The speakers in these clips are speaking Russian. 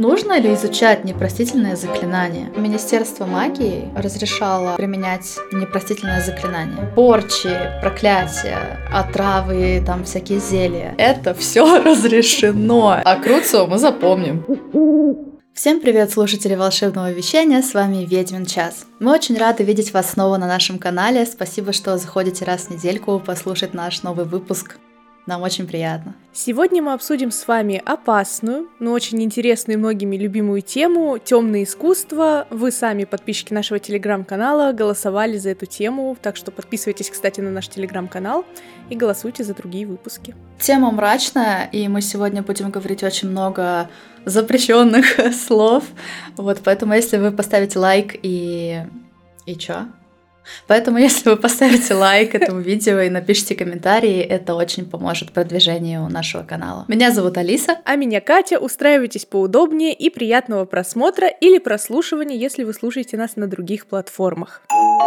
Нужно ли изучать непростительные заклинания? Министерство магии разрешало применять непростительные заклинания. Порчи, проклятия, отравы, там всякие зелья. Это все разрешено. А Круцу мы запомним. Всем привет, слушатели волшебного вещания, с вами Ведьмин час. Мы очень рады видеть вас снова на нашем канале. Спасибо, что заходите раз в недельку послушать наш новый выпуск. Нам очень приятно. Сегодня мы обсудим с вами опасную, но очень интересную и многими любимую тему — темное искусство. Вы сами, подписчики нашего телеграм-канала, голосовали за эту тему, так что подписывайтесь, кстати, на наш телеграм-канал и голосуйте за другие выпуски. Тема мрачная, и мы сегодня будем говорить очень много запрещенных слов. Вот, поэтому если вы поставите лайк и чё? Поэтому, если вы поставите лайк этому видео и напишите комментарии, это очень поможет продвижению нашего канала. Меня зовут Алиса. А меня Катя. Устраивайтесь поудобнее и приятного просмотра или прослушивания, если вы слушаете нас на других платформах.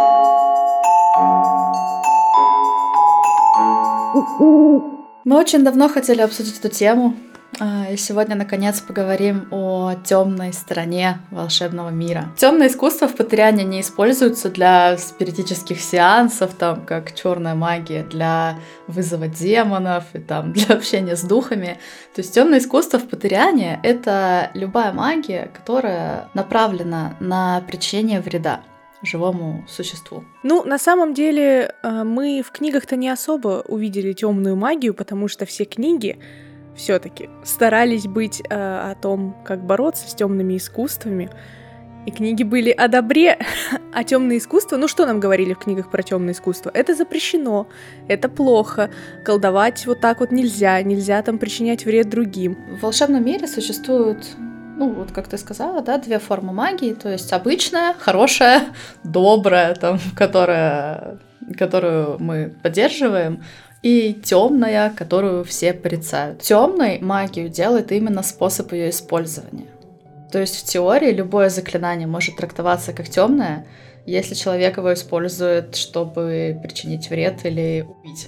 Мы очень давно хотели обсудить эту тему, и сегодня, наконец, поговорим о темной стороне волшебного мира. Темное искусство в Патериане не используется для спиритических сеансов, там, как черная магия для вызова демонов и там для общения с духами. То есть темное искусство в Патериане — это любая магия, которая направлена на причинение вреда живому существу. Ну, на самом деле, мы в книгах-то не особо увидели темную магию, потому что все книги все-таки старались быть о том, как бороться с темными искусствами. И книги были о добре, а темное искусство, ну что нам говорили в книгах про темное искусство? Это запрещено, это плохо, колдовать вот так вот нельзя там причинять вред другим. В волшебном мире существуют, ну вот как ты сказала, да, две формы магии, то есть обычная, хорошая, добрая, там, которую мы поддерживаем, и темная, которую все порицают. Темной магию делает именно способ ее использования. То есть в теории любое заклинание может трактоваться как темное, если человек его использует, чтобы причинить вред или убить.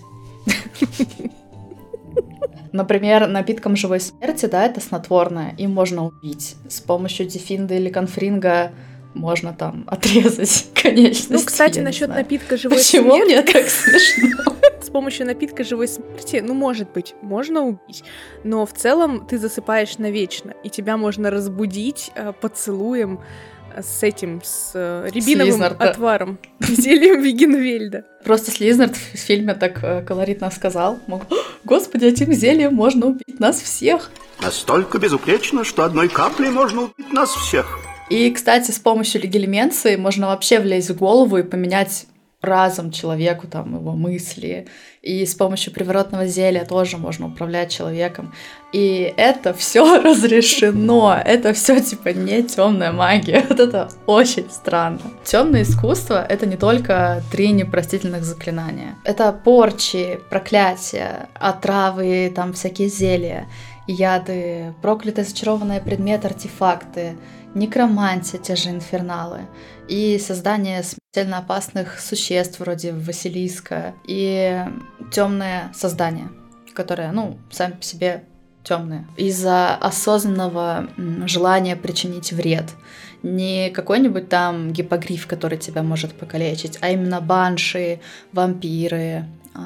Например, напитком живой смерти, да, это снотворное, им можно убить. С помощью дифинда или конфринга можно там отрезать конечности. Ну, кстати, насчет напитка живой смерти. Почему мне так смешно? С помощью напитка живой смерти, ну, может быть, можно убить, но в целом ты засыпаешь навечно, и тебя можно разбудить поцелуем с рябиновым отваром, зельем Вигенвельда. Просто Слизнард в фильме так колоритно сказал, господи, этим зельем можно убить нас всех. Настолько безупречно, что одной каплей можно убить нас всех. И, кстати, с помощью легилименции можно вообще влезть в голову и поменять разум человеку, там, его мысли. И с помощью приворотного зелья тоже можно управлять человеком. И это все разрешено. Это все типа не темная магия. Вот это очень странно. Темное искусство — это не только 3 непростительных заклинания. Это порчи, проклятия, отравы, там всякие зелья, яды, проклятые зачарованные предметы, артефакты, некромантия, те же инферналы, и создание смертельно опасных существ вроде Василиска, и темные создания, которые, ну, сами по себе темные, из-за осознанного желания причинить вред. Не какой-нибудь там гиппогриф, который тебя может покалечить, а именно банши, вампиры,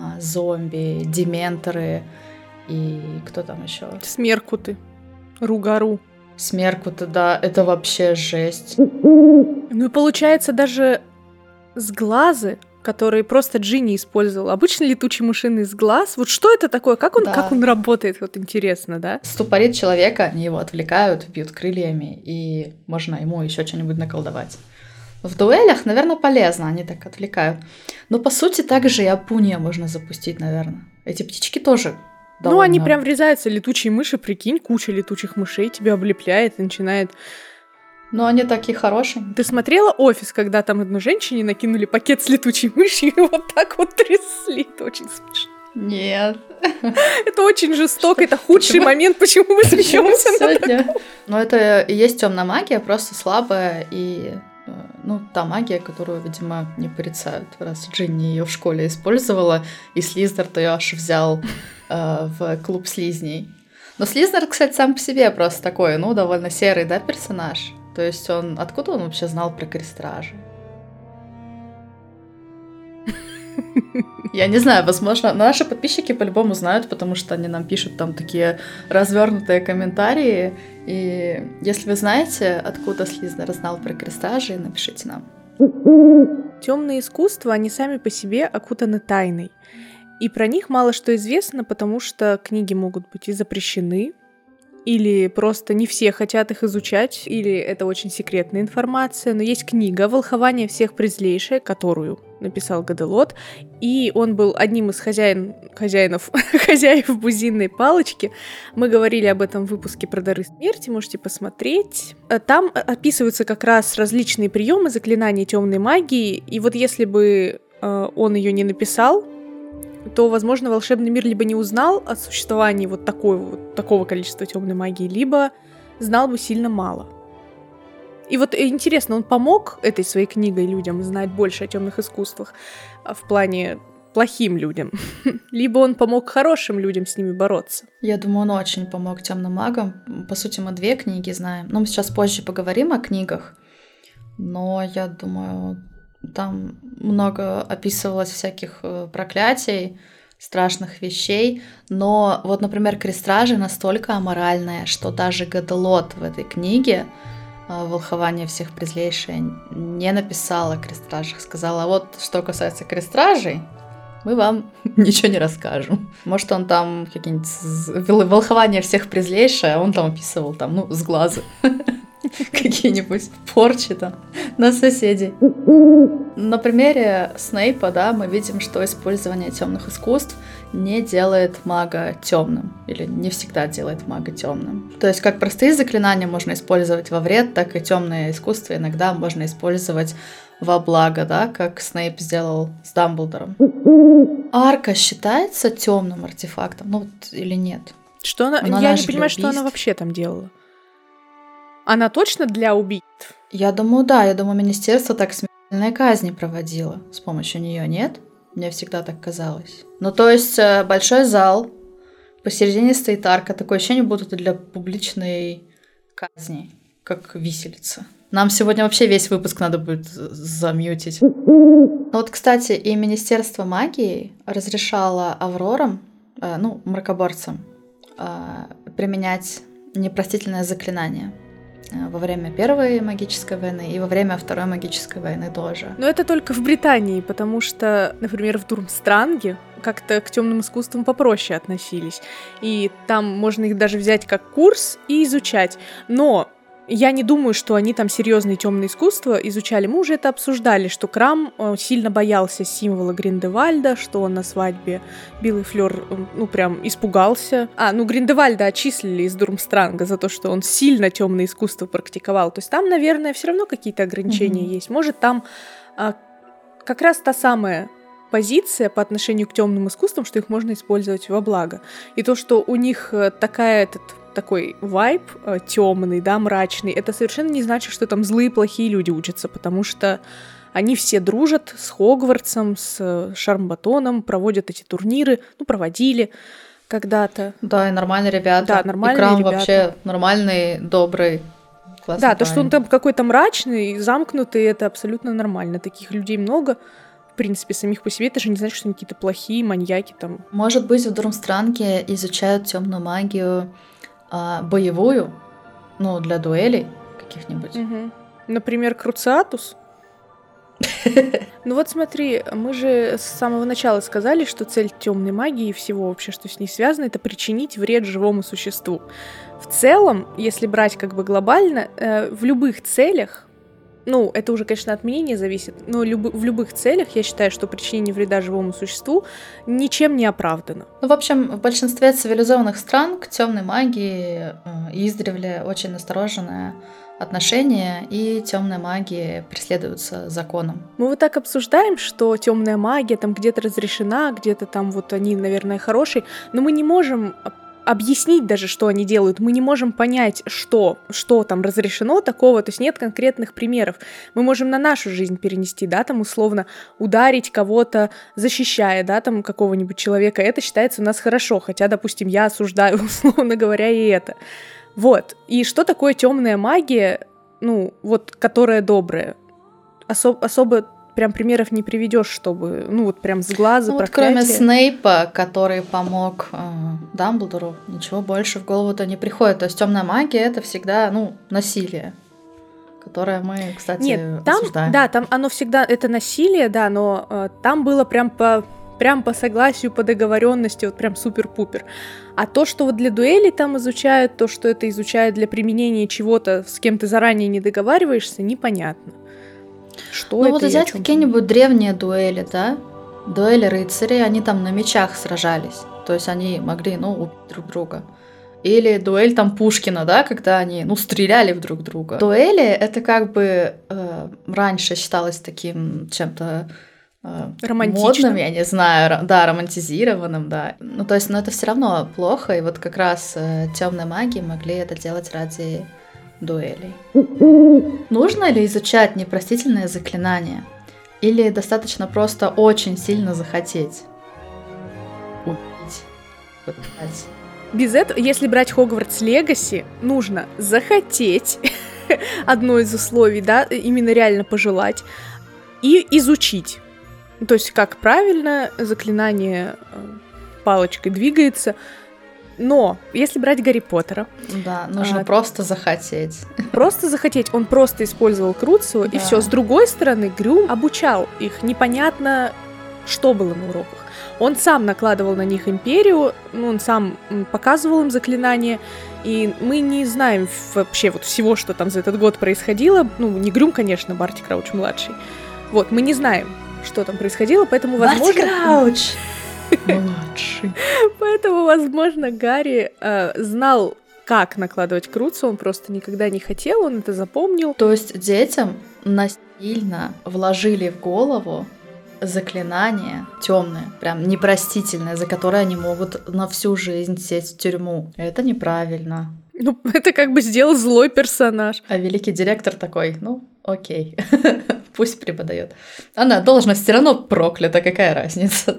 зомби, дементоры и кто там еще? Смеркуты, ругару. Смеркуты, да, это вообще жесть. Ну и получается даже сглазы, которые просто Джинни использовал. Обычно летучий мышиный сглаз. Вот что это такое? Как он работает? Вот интересно, да? Ступорит человека, они его отвлекают, бьют крыльями, и можно ему еще что-нибудь наколдовать. В дуэлях, наверное, полезно, они так отвлекают. Но по сути также и опуния можно запустить, наверное. Эти птички тоже. Ну, они прям врезаются, летучие мыши, прикинь, куча летучих мышей тебя облепляет и начинает... Ну, они такие хорошие. Ты смотрела «Офис», когда там одной женщине накинули пакет с летучей мышью и вот так вот трясли? Это очень смешно. Нет. Это очень жестоко, это худший момент, почему мы смеемся сегодня. Ну, это и есть темная магия, просто слабая и... Ну, та магия, которую, видимо, не порицают, раз Джинни ее в школе использовала, и Слиздард ее аж взял в клуб слизней. Но Слизнер, кстати, сам по себе просто такой, ну, довольно серый, да, персонаж? То есть откуда он вообще знал про крестражи? Я не знаю, возможно, наши подписчики по-любому знают, потому что они нам пишут там такие развернутые комментарии. И если вы знаете, откуда Слизнер знал про крестражи, напишите нам. Темные искусства, они сами по себе окутаны тайной. И про них мало что известно, потому что книги могут быть и запрещены, или просто не все хотят их изучать, или это очень секретная информация. Но есть книга «Волхование всех презлейшее», которую написал Гаделот, и он был одним из хозяев бузинной палочки. Мы говорили об этом в выпуске про дары смерти, можете посмотреть. Там описываются как раз различные приемы заклинания темной магии, и вот если бы он ее не написал, то, возможно, волшебный мир либо не узнал о существовании вот такого количества темной магии, либо знал бы сильно мало. И вот интересно, он помог этой своей книгой людям знать больше о темных искусствах в плане плохим людям, либо он помог хорошим людям с ними бороться? Я думаю, он очень помог темным магам. По сути, мы 2 книги знаем. Ну, мы сейчас позже поговорим о книгах, но я думаю, там много описывалось всяких проклятий, страшных вещей. Но вот, например, крестражи настолько аморальные, что даже Гаделот в этой книге «Волхование всех презлейшее» не написала о крестражах. Сказала, вот что касается крестражей, мы вам ничего не расскажем. Может, он там какие-нибудь «Волхование всех презлейшее», а он там описывал там, ну, с глаза какие-нибудь порчи там на соседей. На примере Снейпа, да, мы видим, что использование темных искусств не делает мага темным, или не всегда делает мага темным. То есть как простые заклинания можно использовать во вред, так и темные искусства иногда можно использовать во благо, да, как Снейп сделал с Дамблдором. Арка считается темным артефактом, ну вот, или нет? Что она? Я не понимаю, что она вообще там делала. Она точно для убийств? Я думаю, да. Я думаю, министерство так смертельные казни проводило с помощью нее, нет? Мне всегда так казалось. Ну, то есть, большой зал, посередине стоит арка. Такое ощущение, будто это для публичной казни, как виселица. Нам сегодня вообще весь выпуск надо будет замьютить. Ну вот, кстати, и Министерство магии разрешало Аврорам, мракоборцам, применять непростительное заклинание во время Первой магической войны и во время Второй магической войны тоже. Но это только в Британии, потому что, например, в Дурмстранге как-то к темным искусствам попроще относились. И там можно их даже взять как курс и изучать. Но я не думаю, что они там серьезные темные искусства изучали. Мы уже это обсуждали, что Крам сильно боялся символа Гриндевальда, что он на свадьбе Билл и Флёр, прям испугался. Гриндевальда отчислили из Дурмстранга за то, что он сильно темные искусства практиковал. То есть там, наверное, все равно какие-то ограничения есть. Может, там как раз та самая позиция по отношению к темным искусствам, что их можно использовать во благо. И то, что у них такой вайб темный, да, мрачный, это совершенно не значит, что там злые, плохие люди учатся, потому что они все дружат с Хогвартсом, с Шармбатоном, проводят эти турниры, проводили когда-то. Да, и нормальные ребята. Да, нормальные ребята. И Крам вообще нормальный, добрый, классный парень. То, что он там какой-то мрачный, замкнутый, это абсолютно нормально. Таких людей много. В принципе, самих по себе, это же не значит, что они какие-то плохие, маньяки там. Может быть, в Дурмстранге изучают темную магию боевую, для дуэлей каких-нибудь. Угу. Например, Круциатус. Ну вот смотри, мы же с самого начала сказали, что цель темной магии и всего вообще, что с ней связано, это причинить вред живому существу. В целом, если брать глобально, в любых целях, это уже, конечно, от мнения зависит, но в любых целях я считаю, что причинение вреда живому существу ничем не оправдано. В общем, в большинстве цивилизованных стран к темной магии издревле очень настороженное отношение, и темная магия преследуется законом. Мы вот так обсуждаем, что темная магия там где-то разрешена, где-то там вот они, наверное, хорошие, но мы не можем объяснить даже, что они делают. Мы не можем понять, что там разрешено такого, то есть нет конкретных примеров. Мы можем на нашу жизнь перенести, да, там условно ударить кого-то, защищая, да, там какого-нибудь человека. Это считается у нас хорошо, хотя, допустим, я осуждаю, условно говоря, и это. Вот. И что такое темная магия, ну, вот, которая добрая? Особо прям примеров не приведешь, чтобы, ну, вот прям с глаза, проклятие. Вот кроме Снейпа, который помог Дамблдору, ничего больше в голову-то не приходит. То есть темная магия — это всегда, ну, насилие, которое мы, кстати, осуждаем. Да, там оно всегда, это насилие, да, но там было прям по согласию, по договоренности, вот прям супер-пупер. А то, что вот для дуэли там изучают, то, что это изучают для применения чего-то, с кем ты заранее не договариваешься, непонятно. Что ну это вот взять какие-нибудь древние дуэли, да? Дуэли рыцарей, они там на мечах сражались. То есть они могли, ну, убить друг друга. Или дуэль там Пушкина, да, когда они, ну, стреляли в друг друга. Дуэли — это как бы раньше считалось таким чем-то модным, я не знаю, да, романтизированным, да. Ну, то есть, но это все равно плохо, и вот как раз темные маги могли это делать ради дуэлей. Нужно ли изучать непростительные заклинания? Или достаточно просто очень сильно захотеть? Убить, пытать? Без этого, если брать Хогвартс Легаси, нужно захотеть, одно из условий, да, именно реально пожелать, и изучить. То есть, как правильно заклинание палочкой двигается. Но если брать Гарри Поттера... Да, нужно просто захотеть. Просто захотеть. Он просто использовал Круцио, да. И все. С другой стороны, Грюм обучал их. Непонятно, что было на уроках. Он сам накладывал на них империю, он сам показывал им заклинания, и мы не знаем вообще вот всего, что там за этот год происходило. Ну, не Грюм, конечно, Барти Крауч-младший. Вот, мы не знаем, что там происходило, поэтому, возможно... Барти Крауч! Младший. Поэтому, возможно, Гарри знал, как накладывать Круцио, он просто никогда не хотел, он это запомнил. То есть детям насильно вложили в голову заклинание темное, прям непростительное, за которое они могут на всю жизнь сесть в тюрьму. Это неправильно. Ну, это как бы сделал злой персонаж. А великий директор такой, ну, окей, пусть преподает. Она должность все равно проклята, какая разница?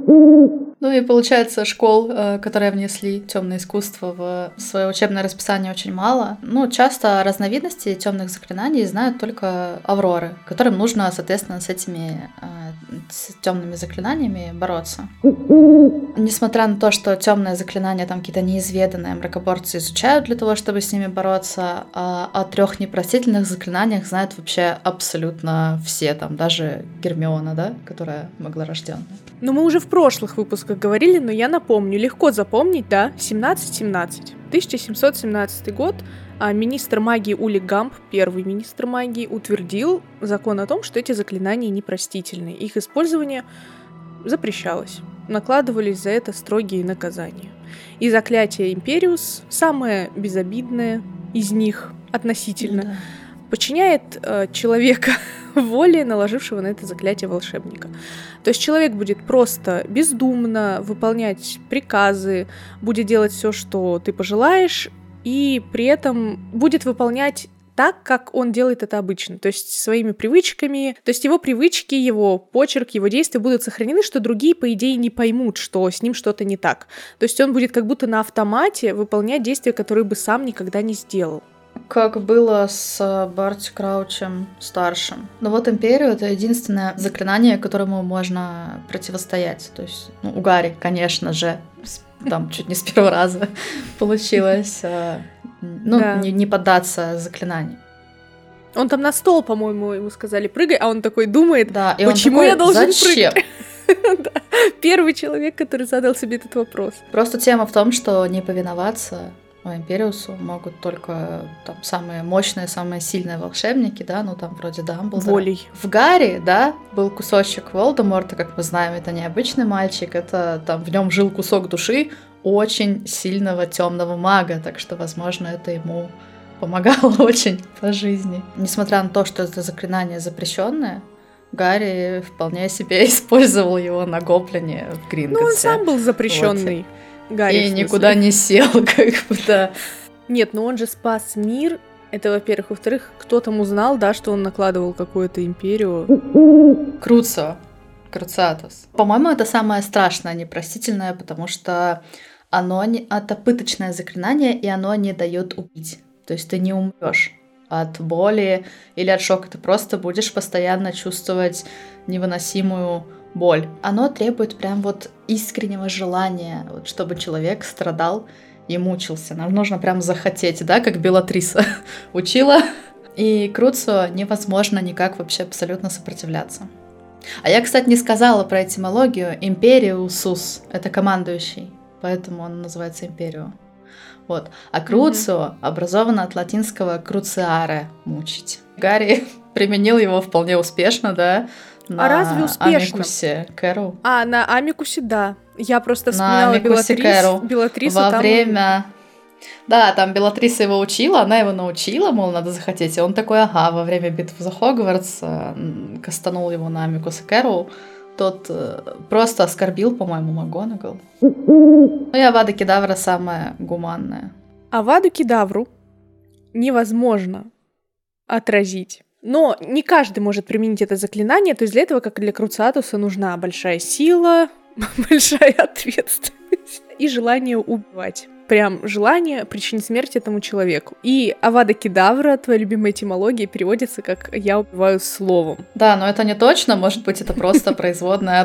Ну и получается, школ, которые внесли темное искусство в свое учебное расписание, очень мало. Ну, часто разновидности темных заклинаний знают только Авроры, которым нужно, соответственно, с этими темными заклинаниями бороться. Несмотря на то, что темные заклинания там какие-то неизведанные, мракоборцы изучают для того, чтобы с ними бороться, а о 3 непростительных заклинаниях знают вообще абсолютно все, там даже Гермиона, да, которая маглорожденная. Ну, мы уже в прошлых выпусках говорили, но я напомню, легко запомнить, да, 1717. 1717 год. Министр магии Ули Гамп, первый министр магии, утвердил закон о том, что эти заклинания непростительны. Их использование запрещалось. Накладывались за это строгие наказания. И заклятие Империус, самое безобидное из них относительно, подчиняет человека воле, наложившего на это заклятие волшебника. То есть человек будет просто бездумно выполнять приказы, будет делать все, что ты пожелаешь, и при этом будет выполнять так, как он делает это обычно, то есть своими привычками, то есть его привычки, его почерк, его действия будут сохранены, что другие, по идее, не поймут, что с ним что-то не так. То есть он будет как будто на автомате выполнять действия, которые бы сам никогда не сделал. Как было с Барти Краучем старшим. Но вот Империю — это единственное заклинание, которому можно противостоять. То есть, ну, у Гарри, конечно же, там чуть не с первого раза получилось, не поддаться заклинанию. Он там на стол, по-моему, ему сказали прыгай, а он такой думает, да, и почему он такой, я должен зачем? прыгать? Первый человек, который задал себе этот вопрос. Просто тема в том, что не повиноваться Империусу могут только там самые мощные, самые сильные волшебники, да, ну там вроде Дамблдора. Волей. В Гарри, да, был кусочек Волдеморта, как мы знаем, это не обычный мальчик, это там в нем жил кусок души очень сильного темного мага, так что, возможно, это ему помогало очень по жизни. Несмотря на то, что это заклинание запрещенное, Гарри вполне себе использовал его на гоблине в Гринготсе. Ну, он сам был запрещенный. Гарри, и никуда не сел, как бы, да. Нет, но он же спас мир. Это, во-первых. Во-вторых, кто там узнал, да, что он накладывал какую-то империю? Круциатус. По-моему, это самое страшное, непростительное, потому что это пыточное заклинание, и оно не дает убить. То есть ты не умрешь от боли или от шока, ты просто будешь постоянно чувствовать невыносимую боль. Оно требует прям вот искреннего желания, вот, чтобы человек страдал и мучился. Нам нужно прям захотеть, да, как Белатриса учила. И Круцио невозможно никак вообще абсолютно сопротивляться. А я, кстати, не сказала про этимологию. Империусус — это командующий, поэтому он называется Империо. Вот. А Круцио образовано от латинского cruciare — мучить. Гарри применил его вполне успешно, да, на разве успешно? Амикусе Кэрол. На Амикусе, да. Я просто вспоминала Белатрису. Во время... Да, там Белатриса его учила, она его научила, мол, надо захотеть. И он такой, во время битвы за Хогвартс кастанул его на Амикуса Кэрол. Тот просто оскорбил, по-моему, МакГонагал. Ну и Авада Кедавра самая гуманная. Аваду Кедавру невозможно отразить. Но не каждый может применить это заклинание, то есть для этого, как и для Круциатуса, нужна большая сила, большая ответственность и желание убивать. Прям желание причинить смерть этому человеку. И Авада Кедавра, твоя любимая этимология, переводится как «я убиваю словом». Да, но это не точно, может быть, это просто производная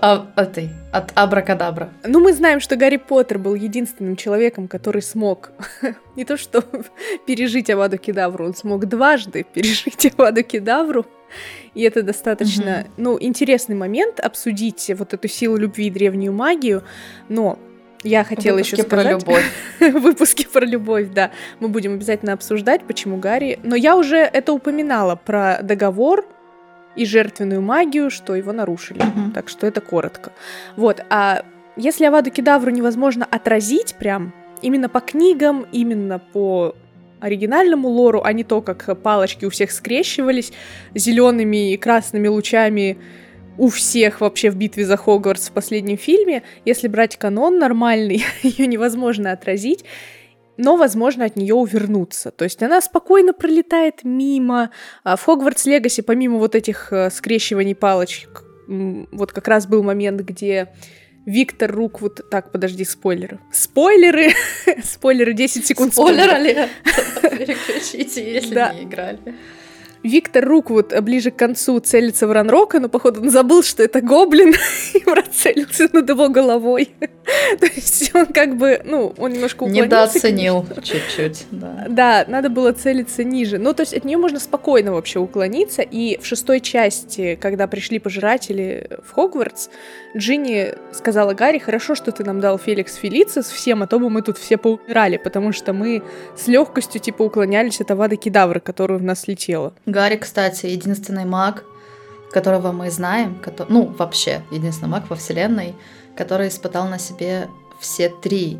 от абракадабра. Ну, мы знаем, что Гарри Поттер был единственным человеком, который смог не то что пережить Аваду Кедавру, он смог дважды пережить Аваду Кедавру. И это достаточно, интересный момент обсудить вот эту силу любви и древнюю магию, но я хотела еще сказать... Выпуски про любовь, да. Мы будем обязательно обсуждать, почему Гарри... Но я уже это упоминала про договор и жертвенную магию, что его нарушили. Так что это коротко. Вот. А если Аваду Кедавру невозможно отразить прям именно по книгам, именно по оригинальному лору, а не то, как палочки у всех скрещивались зелеными и красными лучами у всех вообще в битве за Хогвартс в последнем фильме, если брать канон нормальный, ее невозможно отразить, но возможно от нее увернуться. То есть она спокойно пролетает мимо. В Хогвартс Легаси, помимо вот этих скрещиваний палочек, вот как раз был момент, где Виктор Руквуд... Так, подожди, спойлеры. Спойлеры! Спойлеры, 10 секунд. Спойлеры, переключите, если не играли. Виктор Руквуд ближе к концу целится в Ранрока, но, походу, он забыл, что это гоблин, и прицелился над его головой. То есть он как бы, он немножко уклонился. Недооценил чуть-чуть, да. Да, надо было целиться ниже. Ну, то есть от нее можно спокойно вообще уклониться, и в 6-й части, когда пришли пожиратели в Хогвартс, Джинни сказала Гарри: хорошо, что ты нам дал Феликс Фелицис всем, а то бы мы тут все поумирали, потому что мы с легкостью уклонялись от Авады Кедавры, которая в нас летела. Гарри, кстати, единственный маг, которого мы знаем, вообще единственный маг во вселенной, который испытал на себе все 3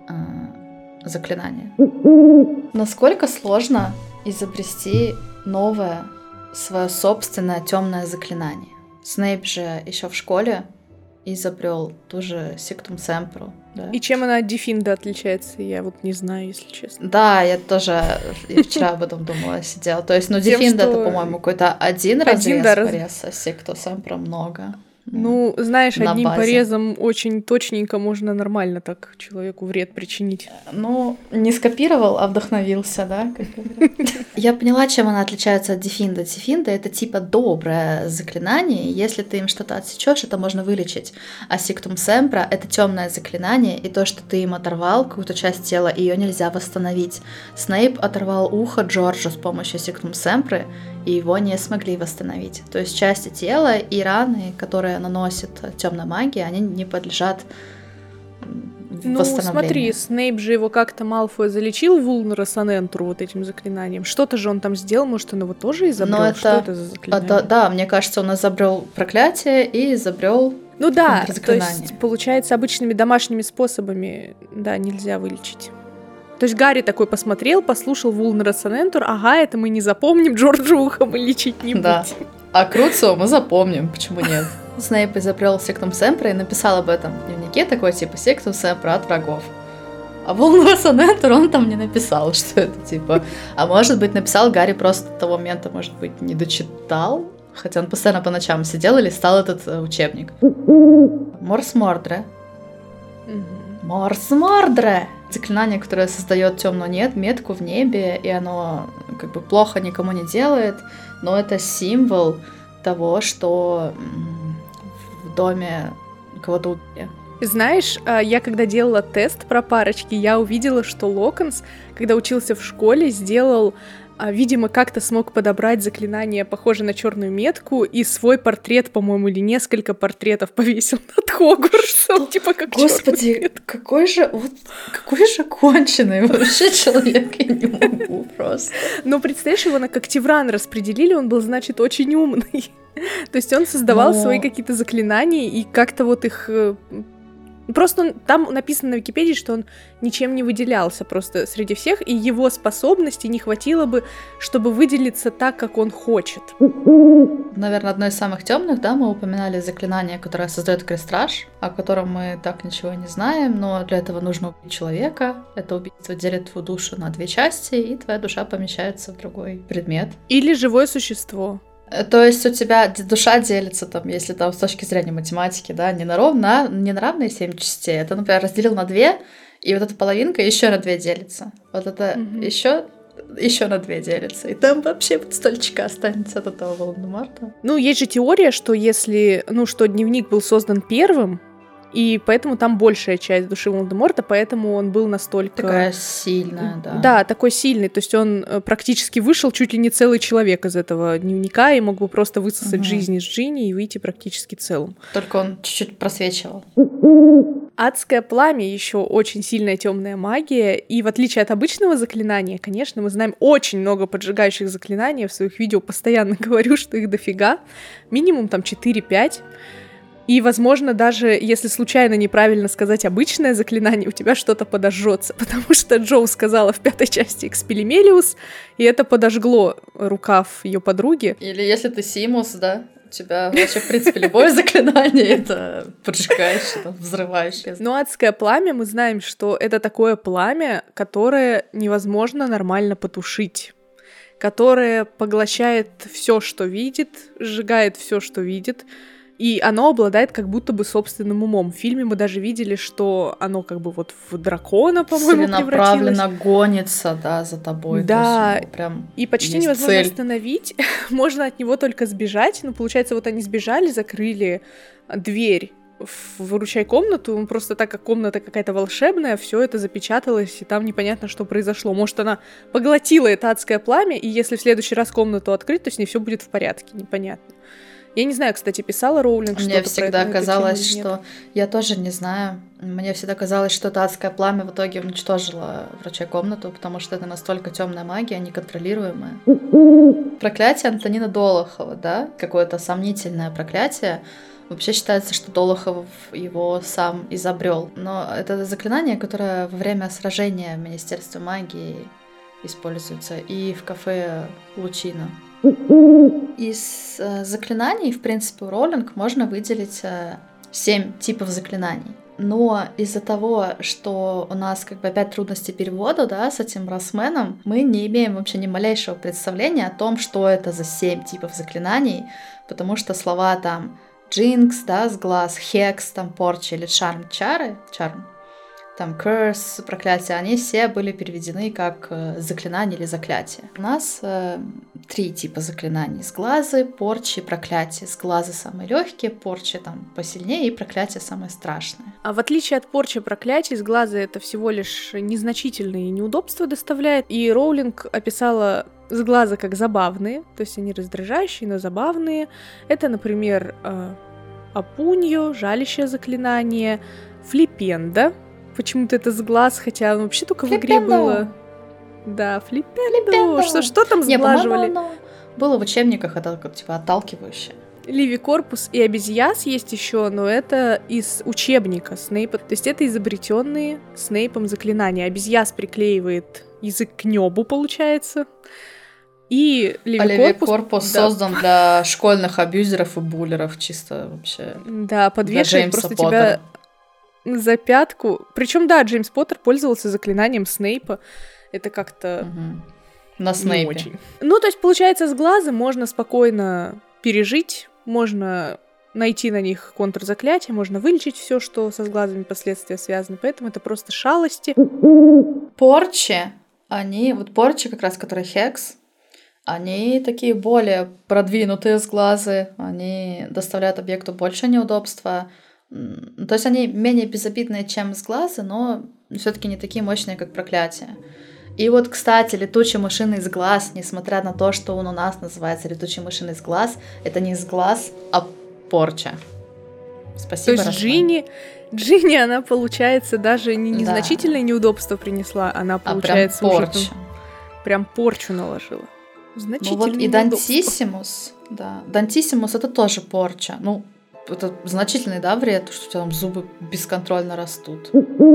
заклинания. Насколько сложно изобрести новое, свое собственное темное заклинание? Снейп же еще в школе изобрел ту же Сиктум Семпру. Да? И чем она от Дефинда отличается, я вот не знаю, если честно. Да, я тоже вчера об этом думала, сидела. То есть, Дефинда это, по-моему, какой-то один разрез пореза, Сиктум Семпра много. Знаешь, одним порезом очень точненько можно нормально так человеку вред причинить. Не скопировал, а вдохновился, да? Я поняла, чем она отличается от Дефинда. Дефинда — это типа доброе заклинание, если ты им что-то отсечешь, это можно вылечить. А Сиктум Семпра — это темное заклинание, и то, что ты им оторвал какую-то часть тела, ее нельзя восстановить. Снейп оторвал ухо Джорджу с помощью Сиктум Семпры, и его не смогли восстановить. То есть части тела и раны, которые наносит темная магия, они не подлежат восстановлению. Смотри, Снейп же его как-то Малфой залечил Вулнера Санентру вот этим заклинанием. Что-то же он там сделал, может, он его тоже изобрел? Что это за заклинание? Да, мне кажется, он изобрел проклятие и изобрел то есть, получается, обычными домашними способами, нельзя вылечить. То есть Гарри такой посмотрел, послушал Вулнера Санентур, это мы не запомним, Джорджа ухо мы лечить не будем. Да. А Круцио мы запомним, почему нет? Снейп изобрел сектум Семпра и написал об этом в дневнике, такой типа сектум Семпра от врагов. А Волнуэс Анентер он там не написал, что это типа. А может быть написал, Гарри просто до того момента, может быть, не дочитал, хотя он постоянно по ночам сидел и листал этот учебник. Морс Мордре. Морс Мордре! Заклинание, которое создает темную метку в небе, и оно как бы плохо никому не делает, но это символ того, что в доме кого-то убили. Знаешь, я когда делала тест про парочки, я увидела, что Локонс, когда учился в школе, сделал, видимо, как-то смог подобрать заклинание, похожее на черную метку, и свой портрет, по-моему, или несколько портретов повесил над Хогвартсом, типа как Господи, какой же конченый вообще человек, я не могу просто. Но представляешь, его на Когтевран распределили, он был, значит, очень умный. То есть он создавал свои какие-то заклинания и как-то вот их... Просто там написано на Википедии, что он ничем не выделялся просто среди всех, и его способностей не хватило бы, чтобы выделиться так, как он хочет. Наверное, одно из самых темных, да, мы упоминали заклинание, которое создает крестраж, о котором мы так ничего не знаем, но для этого нужно убить человека. Это убийство делит твою душу на 2 части, и твоя душа помещается в другой предмет. Или живое существо. То есть у тебя душа делится, там, если там с точки зрения математики, да, не на равные 7 частей, это, например, разделил на 2, и вот эта половинка еще на 2 делится. Вот это еще на 2 делится. И там вообще под стольчика останется от этого Волан-де-Морта. Ну, есть же теория, что если, что дневник был создан первым, и поэтому там большая часть души Волан-де-Морта, поэтому он был настолько... Такая сильная, да. Да, такой сильный, то есть он практически вышел чуть ли не целый человек из этого дневника и мог бы просто высосать жизнь из Джинни и выйти практически целым. Только он чуть-чуть просвечивал. Адское пламя еще очень сильная темная магия, и в отличие от обычного заклинания, конечно, мы знаем очень много поджигающих заклинаний, в своих видео постоянно говорю, что их дофига, минимум там 4-5. И, возможно, даже если случайно неправильно сказать обычное заклинание, у тебя что-то подожжется, потому что Джоу сказала в 5-й части «Экспелимелиус», и это подожгло рукав ее подруги. Или если ты Симус, да, у тебя вообще, в принципе, любое заклинание — это поджигающее, взрывающее. Но адское пламя, мы знаем, что это такое пламя, которое невозможно нормально потушить, которое поглощает все, что видит, сжигает все, что видит, и оно обладает как будто бы собственным умом. В фильме мы даже видели, что оно как бы вот в дракона, по-моему, превратилось. Целенаправленно гонится, да, за тобой. Да, прям и почти невозможно цель остановить. Можно от него только сбежать. Ну, получается, вот они сбежали, закрыли дверь в ручай-комнату, просто так как комната какая-то волшебная, все это запечаталось, и там непонятно, что произошло. Может, она поглотила это адское пламя, и если в следующий раз комнату открыть, то с ней все будет в порядке, непонятно. Я не знаю, кстати, писала Роулинг что-то про это. Мне всегда казалось, что... Я тоже не знаю. Мне всегда казалось, что это адское пламя в итоге уничтожило врача-комнату, потому что это настолько темная магия, неконтролируемая. Проклятие Антонина Долохова, да? Какое-то сомнительное проклятие. Вообще считается, что Долохов его сам изобрел. Но это заклинание, которое во время сражения в Министерстве магии используется и в кафе Лучино. Из заклинаний, в принципе, у Роулинг можно выделить 7 типов заклинаний. Но из-за того, что у нас как бы опять трудности перевода, да, с этим Росменом, мы не имеем вообще ни малейшего представления о том, что это за 7 типов заклинаний, потому что слова там джинкс, да, с глаз, хекс, там порча или чарм, там curse, проклятие, они все были переведены как заклинание или заклятие. У нас 3 типа заклинаний: сглазы, порчи, проклятие. Сглазы самые легкие, порчи там посильнее и проклятие самое страшное. А в отличие от порчи и проклятий, сглазы это всего лишь незначительные неудобства доставляет, и Роулинг описала сглазы как забавные, то есть они раздражающие, но забавные. Это, например, опуньо, жалящее заклинание, флипенда. Почему-то это сглаз, хотя вообще только в игре было... Да, флипендо. Что там сглаживали? Было в учебниках, это как типа отталкивающее. Ливикорпус и обезьяс есть еще, но это из учебника Снейпа. То есть это изобретенные Снейпом заклинания. Обезьяс приклеивает язык к небу, получается. И Оливье Корпус создан для школьных абьюзеров и буллеров, чисто вообще. Да, подвешивает просто тебя за пятку. Причем, да, Джеймс Поттер пользовался заклинанием Снейпа. Это как-то на Снейпе. Не очень. Ну, то есть, получается, с глазом можно спокойно пережить, можно найти на них контрзаклятие, можно вылечить все, что со сглазами последствия связаны. Поэтому это просто шалости. Порчи, порчи как раз, которые хекс, они такие более продвинутые сглазы, они доставляют объекту больше неудобства. То есть они менее безобидные, чем сглазы, но все-таки не такие мощные, как проклятие. И вот, кстати, летучий мышиный сглаз, несмотря на то, что он у нас называется летучий мышиный сглаз, это не сглаз, а порча. Спасибо. То есть Джинни, она, получается, даже не незначительное неудобство принесла, она, получается, прям уже порча. Прям порчу наложила. Значительное и Дантиссимус, Дантиссимус это тоже порча. Это значительный, вред, что у тебя там зубы бесконтрольно растут.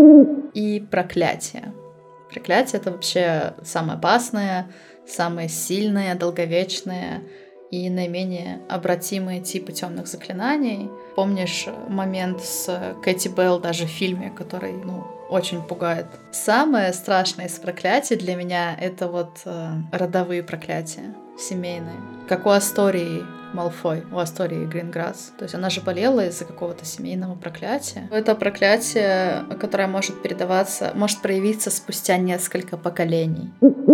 И проклятие. Проклятие — это вообще самое опасное, самые сильные, долговечные и наименее обратимые типы темных заклинаний. Помнишь момент с Кэти Белл даже в фильме, который, очень пугает? Самое страшное из проклятий для меня — это родовые проклятия, семейные. Как у Астории Малфой, у Астории Гринграсс. То есть она же болела из-за какого-то семейного проклятия. Это проклятие, которое может проявиться спустя несколько поколений.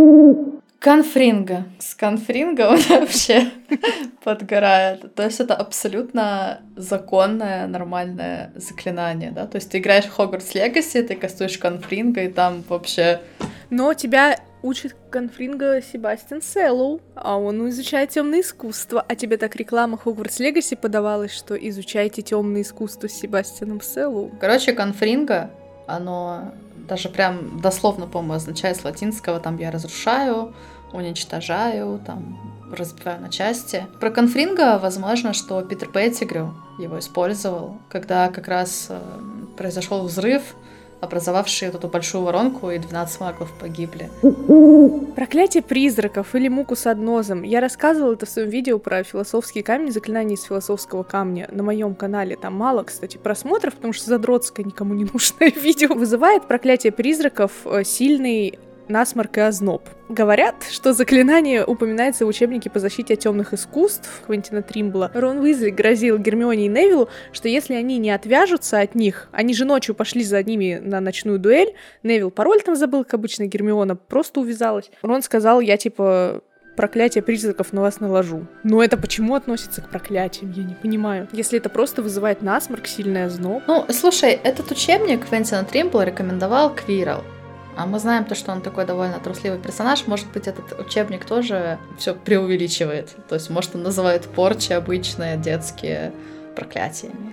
Конфринго. С конфринго он вообще подгорает. То есть это абсолютно законное, нормальное заклинание, да? То есть ты играешь в Хогвартс Легаси, ты кастуешь конфринго, и там вообще... Но тебя учит конфринго Себастьян Селлоу, а он изучает темное искусство. А тебе так реклама Хогвартс Легаси подавалась, что изучайте темное искусство с Себастьяном Селлоу. Короче, конфринго, оно даже прям дословно, по-моему, означает с латинского, там я разрушаю, уничтожаю, там разбиваю на части. Про конфринго, возможно, что Питер Петтигрю его использовал, когда как раз произошел взрыв, образовавший эту большую воронку, и 12 маглов погибли. Проклятие призраков или мукус ад нозем. Я рассказывала это в своем видео про философские камни, заклинания из философского камня на моем канале. Там мало, кстати, просмотров, потому что задротское никому не нужное видео. Вызывает проклятие призраков сильный насморк и озноб. Говорят, что заклинание упоминается в учебнике по защите от темных искусств Квентина Тримбла. Рон Уизли грозил Гермионе и Невиллу, что если они не отвяжутся от них, они же ночью пошли за ними на ночную дуэль, Невилл пароль там забыл, как обычно, Гермиона просто увязалась. Рон сказал, я проклятие призраков на вас наложу. Но это почему относится к проклятиям? Я не понимаю. Если это просто вызывает насморк, сильный озноб. Слушай, этот учебник Квентина Тримбла рекомендовал Квирл. А мы знаем то, что он такой довольно трусливый персонаж. Может быть, этот учебник тоже все преувеличивает. То есть, может, он называет порчи обычные детские проклятиями.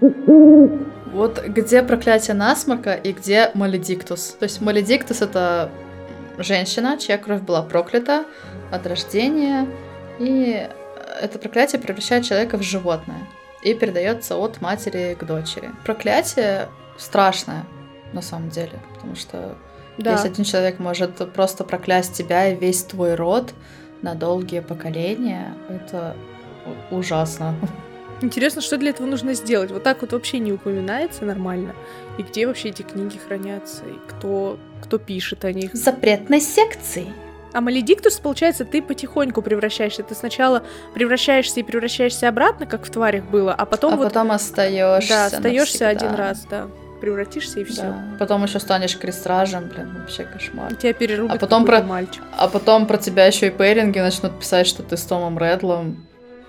Вот где проклятие насморка и где маледиктус. То есть маледиктус — это женщина, чья кровь была проклята от рождения, и это проклятие превращает человека в животное и передается от матери к дочери. Проклятие страшное на самом деле, потому что если один человек может просто проклясть тебя и весь твой род на долгие поколения, это ужасно. Интересно, что для этого нужно сделать? Вот так вот вообще не упоминается нормально. И где вообще эти книги хранятся? И кто пишет о них? В запретной секции. А маледиктус, получается, ты потихоньку превращаешься. Ты сначала превращаешься и превращаешься обратно, как в тварях было, а потом потом остаешься. Да, остаешься один раз, да. Превратишься и все. Да. Потом еще станешь крестражем, вообще кошмар. Тебя перерубит мальчик. А потом про тебя еще и пэринги начнут писать, что ты с Томом Редлом.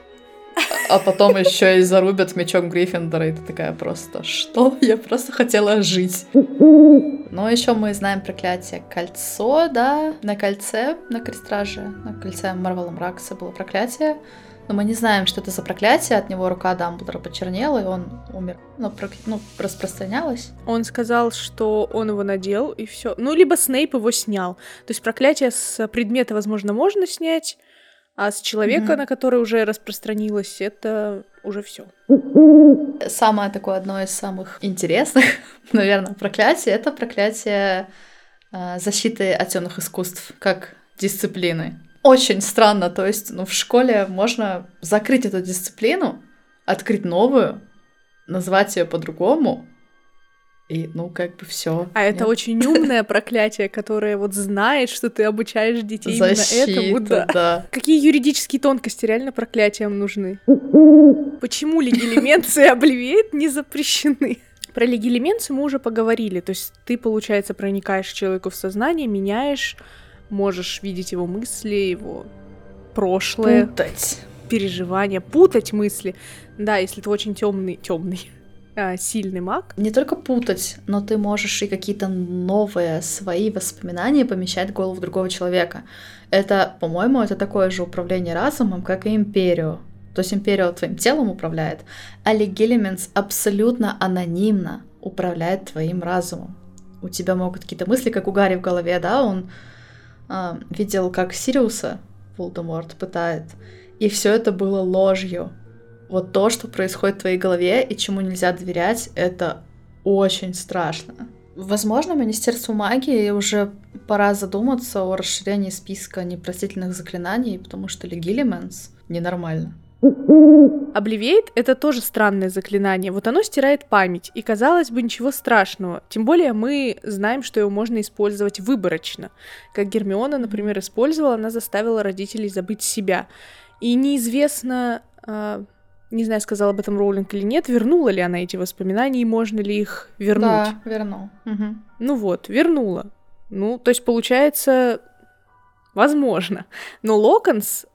А потом еще и зарубят мечом Гриффиндора, и ты такая просто, что? Я просто хотела жить. Но еще мы знаем проклятие Кольцо, да? На кольце, на крестраже, на кольце Марвела Мракса было проклятие. Но мы не знаем, что это за проклятие. От него рука Дамблдора почернела, и он умер. Распространялось. Он сказал, что он его надел, и все. Либо Снейп его снял. То есть проклятие с предмета, возможно, можно снять, а с человека, на который уже распространилось, это уже все. Самое такое, одно из самых интересных, наверное, проклятий — это проклятие защиты от темных искусств, как дисциплины. очень странно. То есть, в школе можно закрыть эту дисциплину, открыть новую, назвать ее по-другому, и, все. А это очень умное проклятие, которое вот знает, что ты обучаешь детей именно этому. Да. Какие юридические тонкости реально проклятиям нужны? Почему легилименция и Обливиэйт не запрещены? Про легилименцию мы уже поговорили. То есть ты, получается, проникаешь человеку в сознание, меняешь, можешь видеть его мысли, его прошлое. Путать. Переживания, путать мысли. Да, если ты очень темный, сильный маг. Не только путать, но ты можешь и какие-то новые свои воспоминания помещать в голову другого человека. Это, по-моему, это такое же управление разумом, как и Империо. То есть Империо твоим телом управляет, а Легилименс абсолютно анонимно управляет твоим разумом. У тебя могут какие-то мысли, как у Гарри в голове, да, он видел, как Сириуса Волдеморт пытает, и все это было ложью. Вот то, что происходит в твоей голове и чему нельзя доверять, это очень страшно. Возможно, Министерству магии уже пора задуматься о расширении списка непростительных заклинаний, потому что Легилименс ненормально. Обливиэйт — это тоже странное заклинание. Вот оно стирает память, и, казалось бы, ничего страшного. Тем более мы знаем, что его можно использовать выборочно. Как Гермиона, например, использовала, она заставила родителей забыть себя. И неизвестно... Не знаю, сказала об этом Роулинг или нет, вернула ли она эти воспоминания, и можно ли их вернуть. Да, вернул. Угу. Вернула. То есть, получается, возможно. Но Локонс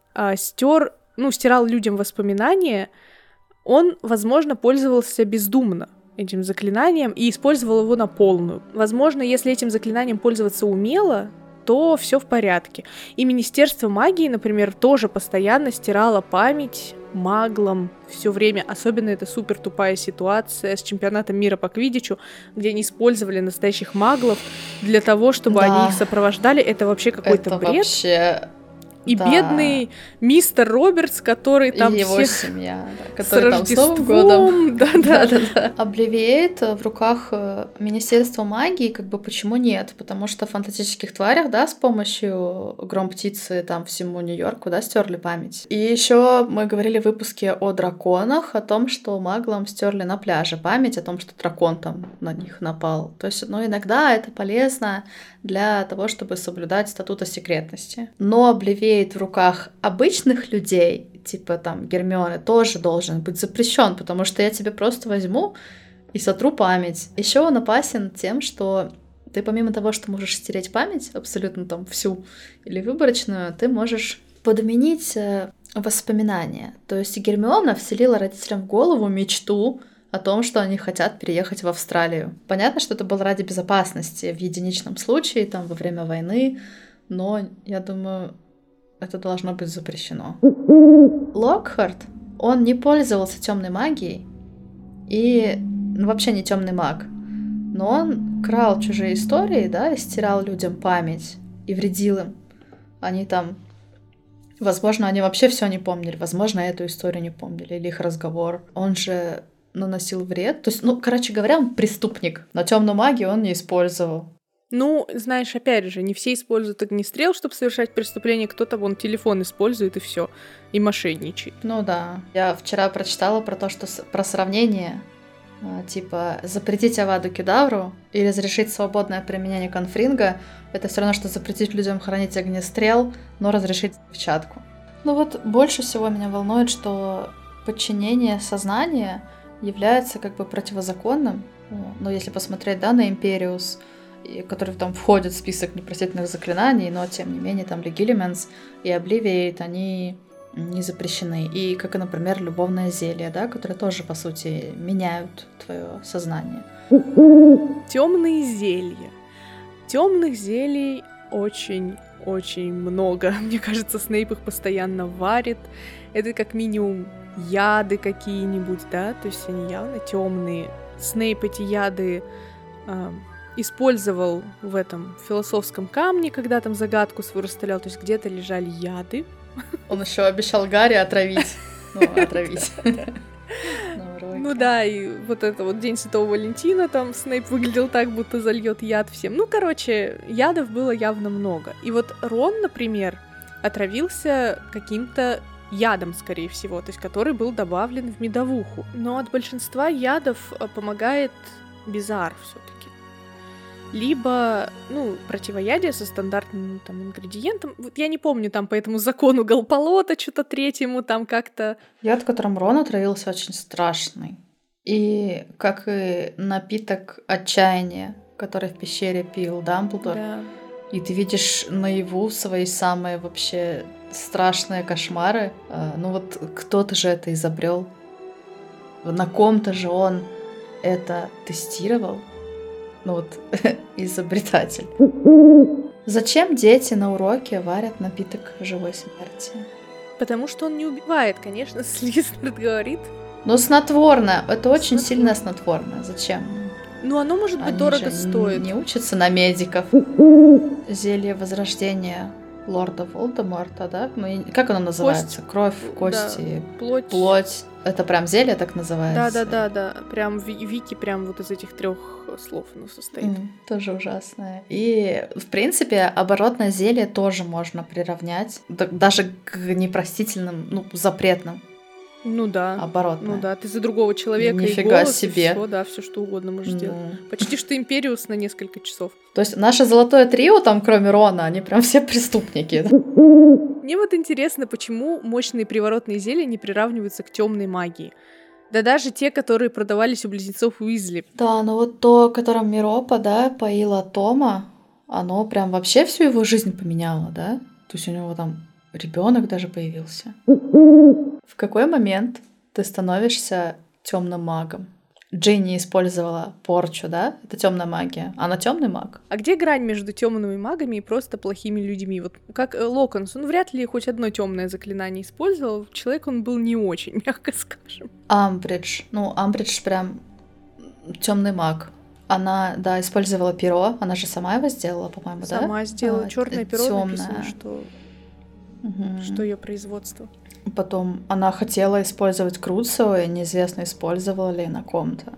стирал людям воспоминания, он, возможно, пользовался бездумно этим заклинанием и использовал его на полную. Возможно, если этим заклинанием пользоваться умело, то все в порядке. И Министерство магии, например, тоже постоянно стирало память маглам все время. Особенно это супер тупая ситуация с чемпионатом мира по квиддичу, где они использовали настоящих маглов для того, чтобы они их сопровождали. Это вообще какой-то бред. Вообще... И бедный мистер Робертс, который там и всех... его семья, да, с Рождеством. Годом. Да. Обливиэйт в руках Министерства магии, почему нет? Потому что в фантастических тварях, да, с помощью гром-птицы там всему Нью-Йорку, да, стерли память. И еще мы говорили в выпуске о драконах, о том, что маглам стерли на пляже память, о том, что дракон там на них напал. То есть, иногда это полезно для того, чтобы соблюдать статут о секретности. Но Обливиэйт в руках обычных людей, типа там Гермионы, тоже должен быть запрещен, потому что я тебе просто возьму и сотру память. Еще он опасен тем, что ты помимо того, что можешь стереть память абсолютно там всю или выборочную, ты можешь подменить воспоминания. То есть Гермиона вселила родителям в голову мечту о том, что они хотят переехать в Австралию. Понятно, что это было ради безопасности в единичном случае, там во время войны, но я думаю, это должно быть запрещено. Локхарт, он не пользовался темной магией и вообще не темный маг, но он крал чужие истории, да, и стирал людям память и вредил им. Они там, возможно, они вообще все не помнили, возможно, эту историю не помнили или их разговор. Он же наносил вред, то есть, короче говоря, он преступник, но темную магию он не использовал. Знаешь, опять же, не все используют огнестрел, чтобы совершать преступление, кто-то телефон использует и все, и мошенничает. Да. Я вчера прочитала про то, что про сравнение, типа запретить Аваду Кедавру и разрешить свободное применение конфринга, это все равно, что запретить людям хранить огнестрел, но разрешить взрывчатку. Больше всего меня волнует, что подчинение сознания является противозаконным. Но если посмотреть, да, на Империус, который там входит в список непростительных заклинаний, но тем не менее там Легилименс и Обливиэйт, они не запрещены. И как, например, любовное зелье, да, которое тоже, по сути, меняют твое сознание. Темные зелья. Темных зелий очень много. Мне кажется, Снейп их постоянно варит. Это как минимум яды какие-нибудь, да, то есть они явно темные. Снейп эти яды использовал в этом философском камне, когда там загадку свою расставлял, то есть где-то лежали яды. Он еще обещал Гарри отравить. Отравить. Да, и это День Святого Валентина, там Снейп выглядел так, будто зальет яд всем. Ядов было явно много. И Рон, например, отравился каким-то ядом, скорее всего, то есть который был добавлен в медовуху. Но от большинства ядов помогает Бизар все-таки. Либо, противоядие со стандартным там ингредиентом. Вот я не помню там по этому закону Галполота, что-то третьему там как-то. Яд, которым Рон отравился, очень страшный. И как и напиток отчаяния, который в пещере пил Дамблдор. Да. И ты видишь наяву свои самые вообще страшные кошмары. Кто-то же это изобрел. На ком-то же он это тестировал. Изобретатель. Зачем дети на уроке варят напиток живой смерти? Потому что он не убивает, конечно, Слизерин говорит. Но снотворное. Это очень сильное снотворное. Зачем? Оно, может быть, Они дорого же стоит. Не учатся на медиков. Зелье возрождения лорда Волдеморта, да? Как оно называется? Кровь, кости, да, плоть. Это прям зелье так называется? Да. Прям Вики прям вот из этих 3 слов оно состоит. Тоже ужасное. И, в принципе, оборотное зелье тоже можно приравнять даже к непростительным, запретным. Оборотное. Ты за другого человека Нифига и голос, себе. И все что угодно можешь делать. Почти что Империус на несколько часов. То есть наше золотое трио, там, кроме Рона, они прям все преступники. Мне вот интересно, почему мощные приворотные зелья не приравниваются к темной магии. Да даже те, которые продавались у близнецов Уизли. Да, то, которым Миропа, да, поила Тома, оно прям вообще всю его жизнь поменяло, да? То есть у него там ребенок даже появился. В какой момент ты становишься темным магом? Джинни использовала порчу, да? Это темная магия. Она темный маг. А где грань между темными магами и просто плохими людьми? Вот как Локонс, он вряд ли хоть одно темное заклинание использовал. Человек он был не очень, мягко скажем. Амбридж. Амбридж прям темный маг. Она, да, использовала перо. Она же сама его сделала, по-моему, да? Сама сделала. Черное перо тёмное. Написано, что ее производство. Потом она хотела использовать Круцио, и неизвестно, использовала ли на ком-то.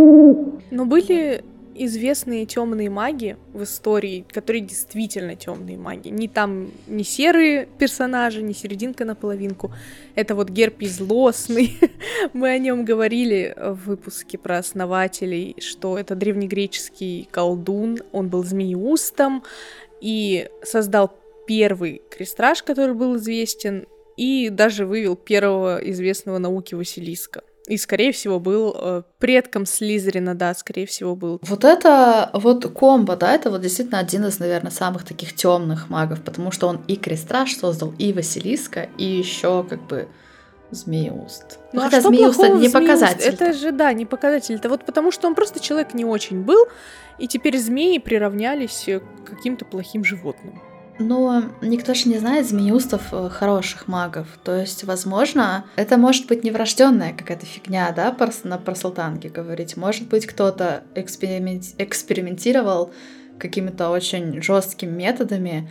Но были известные темные маги в истории, которые действительно темные маги. Не серые персонажи, не серединка наполовинку. Это вот Герпий Злостный. Мы о нем говорили в выпуске про основателей, что это древнегреческий колдун. Он был змееустом и создал первый крестраж, который был известен, и даже вывел первого известного науки Василиска. И, скорее всего, был предком Слизерина, да, скорее всего, был. Вот это вот комбо, да, это вот действительно один из, наверное, самых таких темных магов, потому что он и крестраж создал, и Василиска, и еще как бы Змееуст. Хотя Змееуст это не показатель. Это же, да, не показатель. Это вот потому, что он просто человек не очень был, и теперь змеи приравнялись к каким-то плохим животным. Но никто же не знает змееустов хороших магов. То есть, возможно, это может быть неврожденная какая-то фигня, да, на парсалтанге говорить. Может быть, кто-то экспериментировал какими-то очень жесткими методами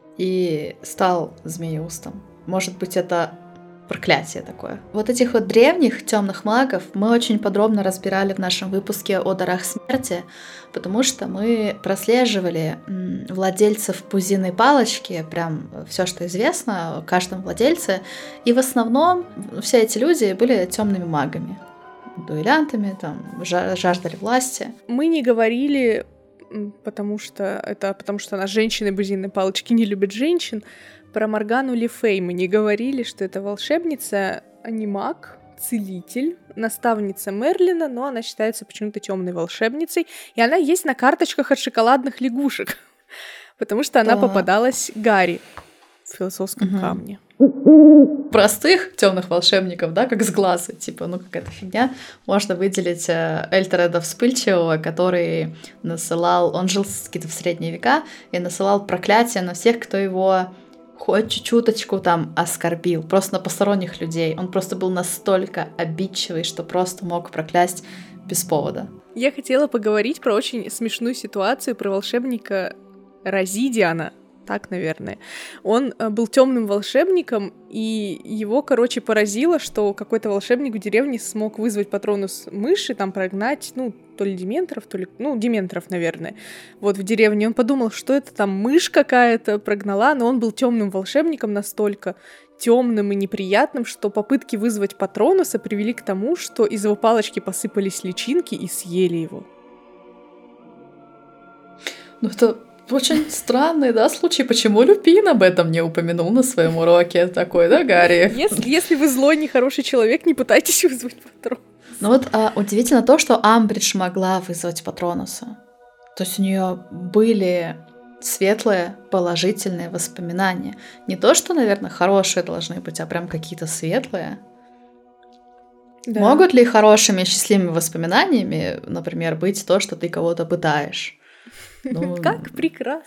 и стал змееустом. Может быть, это проклятие такое. Вот этих вот древних темных магов мы очень подробно разбирали в нашем выпуске о дарах смерти, потому что мы прослеживали владельцев пузиной палочки, прям все, что известно о каждом владельце, и в основном все эти люди были темными магами, дуэлянтами, там, жаждали власти. Мы не говорили, потому что она женщина пузиной палочки не любит женщин, про Моргану Ли Фей мы не говорили, что это волшебница, а не маг, целитель, наставница Мерлина, но она считается почему-то темной волшебницей, и она есть на карточках от шоколадных лягушек, потому что она попадалась Гарри в философском камне. Простых темных волшебников, да, как с глаза, типа, какая-то фигня. Можно выделить Эльтереда Вспыльчивого, который насылал, он жил где-то в средние века и насылал проклятия на всех, кто его хоть чуточку там оскорбил, просто на посторонних людей. Он просто был настолько обидчивый, что просто мог проклясть без повода. Я хотела поговорить про очень смешную ситуацию про волшебника Розидиана. так, наверное. Он был темным волшебником, и его, поразило, что какой-то волшебник в деревне смог вызвать патронус мыши, там прогнать, то ли дементоров, дементоров, наверное. Вот в деревне он подумал, что это там мышь какая-то прогнала, но он был темным волшебником настолько темным и неприятным, что попытки вызвать патронуса привели к тому, что из его палочки посыпались личинки и съели его. Это очень странный, да, случай. Почему Люпин об этом не упомянул на своем уроке? Такой, да, Гарри? Если вы злой, нехороший человек, не пытайтесь вызвать патронус. Удивительно то, что Амбридж могла вызвать патронуса. То есть у нее были светлые, положительные воспоминания. Не то, что, наверное, хорошие должны быть, а прям какие-то светлые. Да. Могут ли хорошими, счастливыми воспоминаниями, например, быть то, что ты кого-то пытаешь? Как прекрасно.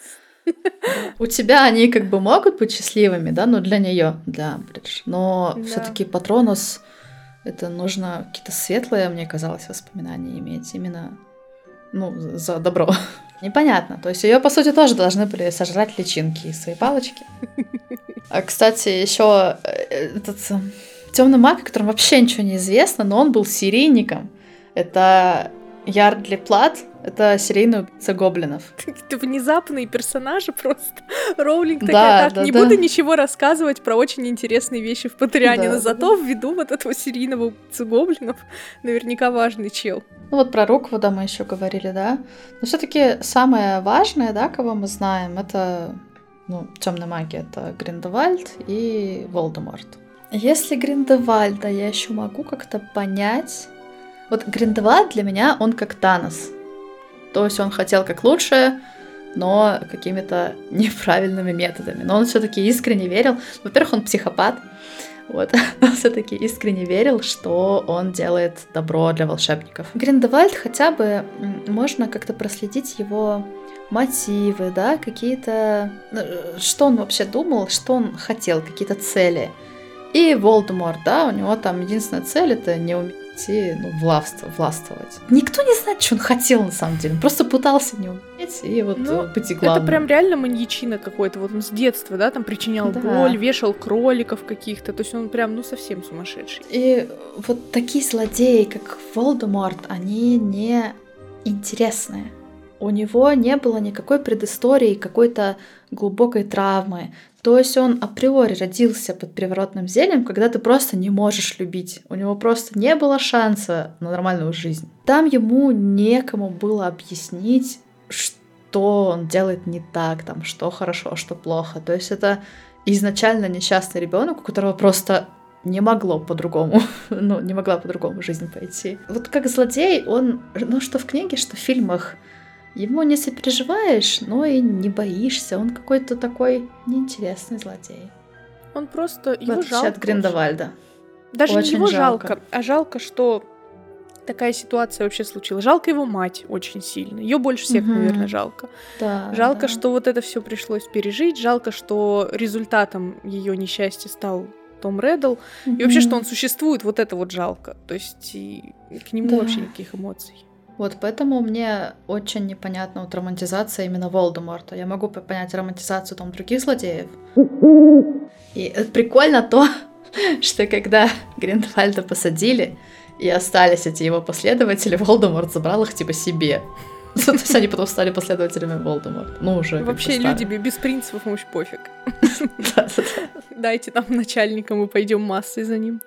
У тебя они могут быть счастливыми, да, но для нее, для Амбридж. Но все-таки патронус, это нужно какие-то светлые, мне казалось, воспоминания иметь именно, за добро. Непонятно. То есть ее, по сути, тоже должны были сожрать личинки из своей палочки. А, кстати, еще этот темный маг, о котором вообще ничего не известно, но он был серийником. Это Ярдли Плат. Это серийный убийца гоблинов. Это внезапные персонажи просто. Роулинг такая, не буду ничего рассказывать про очень интересные вещи в Патреоне, но зато введу вот этого серийного убийцу гоблинов. Наверняка важный чел. Про Руквуда мы еще говорили, да? Но все-таки самое важное, да, кого мы знаем, это, темная магия, это Гриндевальд и Волдеморт. Если Гриндевальда я еще могу как-то понять. Вот Гриндевальд для меня, он как Танос. То есть он хотел как лучше, но какими-то неправильными методами. Но он все-таки искренне верил. Во-первых, он психопат. Он все-таки искренне верил, что он делает добро для волшебников. Гриндевальд хотя бы можно как-то проследить его мотивы, да, какие-то... Что он вообще думал, что он хотел, какие-то цели. И Волдеморт, да, у него там единственная цель — это не уметь властвовать. Никто не знает, что он хотел на самом деле. Он просто пытался не уметь и быть главным. Это прям реально маньячина какой-то. Вот он с детства, да, там причинял боль, вешал кроликов каких-то. То есть он прям, совсем сумасшедший. И вот такие злодеи, как Волдеморт, они не интересные. У него не было никакой предыстории, какой-то глубокой травмы. То есть он априори родился под приворотным зельем, когда ты просто не можешь любить. У него просто не было шанса на нормальную жизнь. Там ему некому было объяснить, что он делает не так, там, что хорошо, что плохо. То есть это изначально несчастный ребенок, у которого просто не могла по-другому жизнь пойти. Вот как злодей, он, что в книге, что в фильмах, ему не сопереживаешь, но и не боишься. Он какой-то такой неинтересный злодей. Он просто... Его жалко. От Гриндевальда. Даже не его жалко, а жалко, что такая ситуация вообще случилась. Жалко его мать очень сильно. Ее больше всех, наверное, жалко. Да, жалко, что вот это все пришлось пережить. Жалко, что результатом ее несчастья стал Том Реддл. И вообще, что он существует, вот это вот жалко. То есть и к нему вообще никаких эмоций. Вот поэтому мне очень непонятна романтизация именно Волдеморта. Я могу понять романтизацию там других злодеев. И прикольно то, что когда Гриндевальда посадили и остались эти его последователи, Волдеморт забрал их себе. То есть они потом стали последователями Волдеморта. Уже вообще люди без принципов, им пофиг. Дайте нам начальника, мы пойдем массой за ним.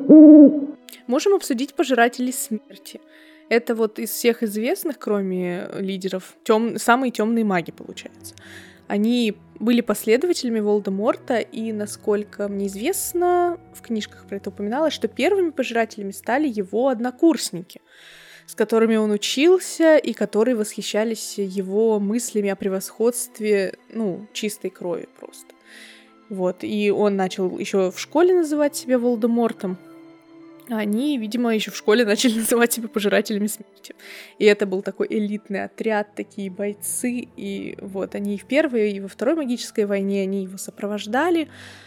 Можем обсудить пожирателей смерти. Это вот из всех известных, кроме лидеров, самые темные маги, получается. Они были последователями Волдеморта, и, насколько мне известно, в книжках про это упоминалось, что первыми пожирателями стали его однокурсники, с которыми он учился, и которые восхищались его мыслями о превосходстве, чистой крови просто. Вот, и он начал еще в школе называть себя Волдемортом. Они, видимо, еще в школе начали называть себя пожирателями смерти. И это был такой элитный отряд, такие бойцы. И вот они и в Первой, и во Второй магической войне они его сопровождали.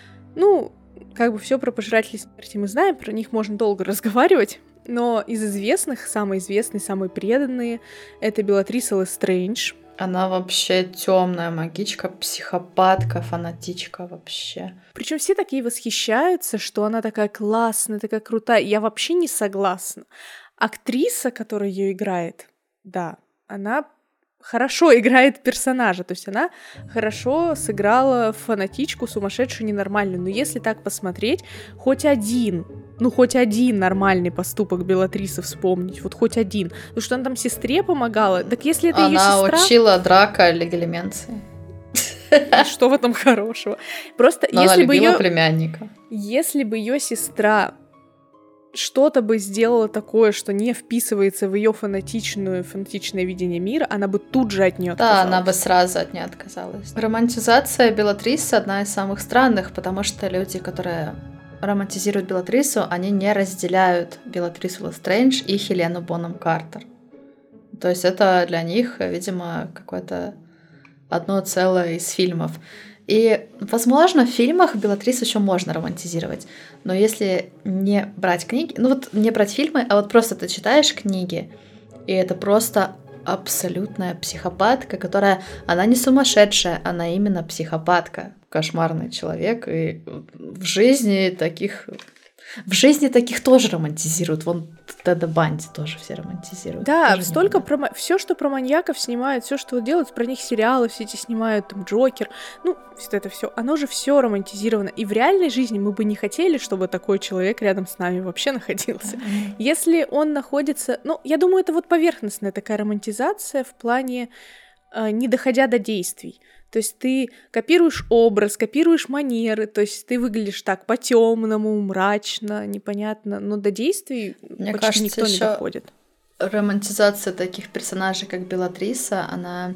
Все про пожирателей смерти мы знаем, про них можно долго разговаривать. Но из известных, самые известные, самые преданные — это Белатриса Лестрейндж. Она вообще темная магичка, психопатка, фанатичка вообще. Причем все такие восхищаются, что она такая классная, такая крутая. Я вообще не согласна. Актриса, которая ее играет, да, она хорошо играет персонажа, то есть она хорошо сыграла фанатичку, сумасшедшую, ненормальную. Но если так посмотреть, хоть один нормальный поступок Белатрисы вспомнить, вот хоть один. Потому что она там сестре помогала. Так если это ее сестра... Она учила Драка легалименции. Что в этом хорошего? Просто Но если она бы любила ее... племянника. Если бы ее сестра что-то бы сделала такое, что не вписывается в ее фанатичное видение мира, она бы тут же от нее отказалась. Да, она бы сразу от нее отказалась. Романтизация Белатрисы одна из самых странных, потому что люди, которые романтизируют Белатрису, они не разделяют Белатрису Лестрэндж и Хелену Бонем Картер. То есть это для них, видимо, какое-то одно целое из фильмов. И, возможно, в фильмах Белатрису еще можно романтизировать, но если не брать книги, ну вот не брать фильмы, а вот просто ты читаешь книги, и это просто абсолютная психопатка, она не сумасшедшая, она именно психопатка, кошмарный человек, и в жизни таких тоже романтизируют. Вон Теда Банди тоже все романтизируют. Да, тоже столько все, что про маньяков снимают, все, что делают, про них сериалы все эти снимают, там Джокер, ну, это все, оно же все романтизировано. И в реальной жизни мы бы не хотели, чтобы такой человек рядом с нами вообще находился. Если он находится, ну, я думаю, это вот поверхностная такая романтизация в плане не доходя до действий. То есть ты копируешь образ, копируешь манеры, то есть ты выглядишь так по-темному, мрачно, непонятно, но до действий Мне почти кажется, никто не доходит. Романтизация таких персонажей, как Белатриса, она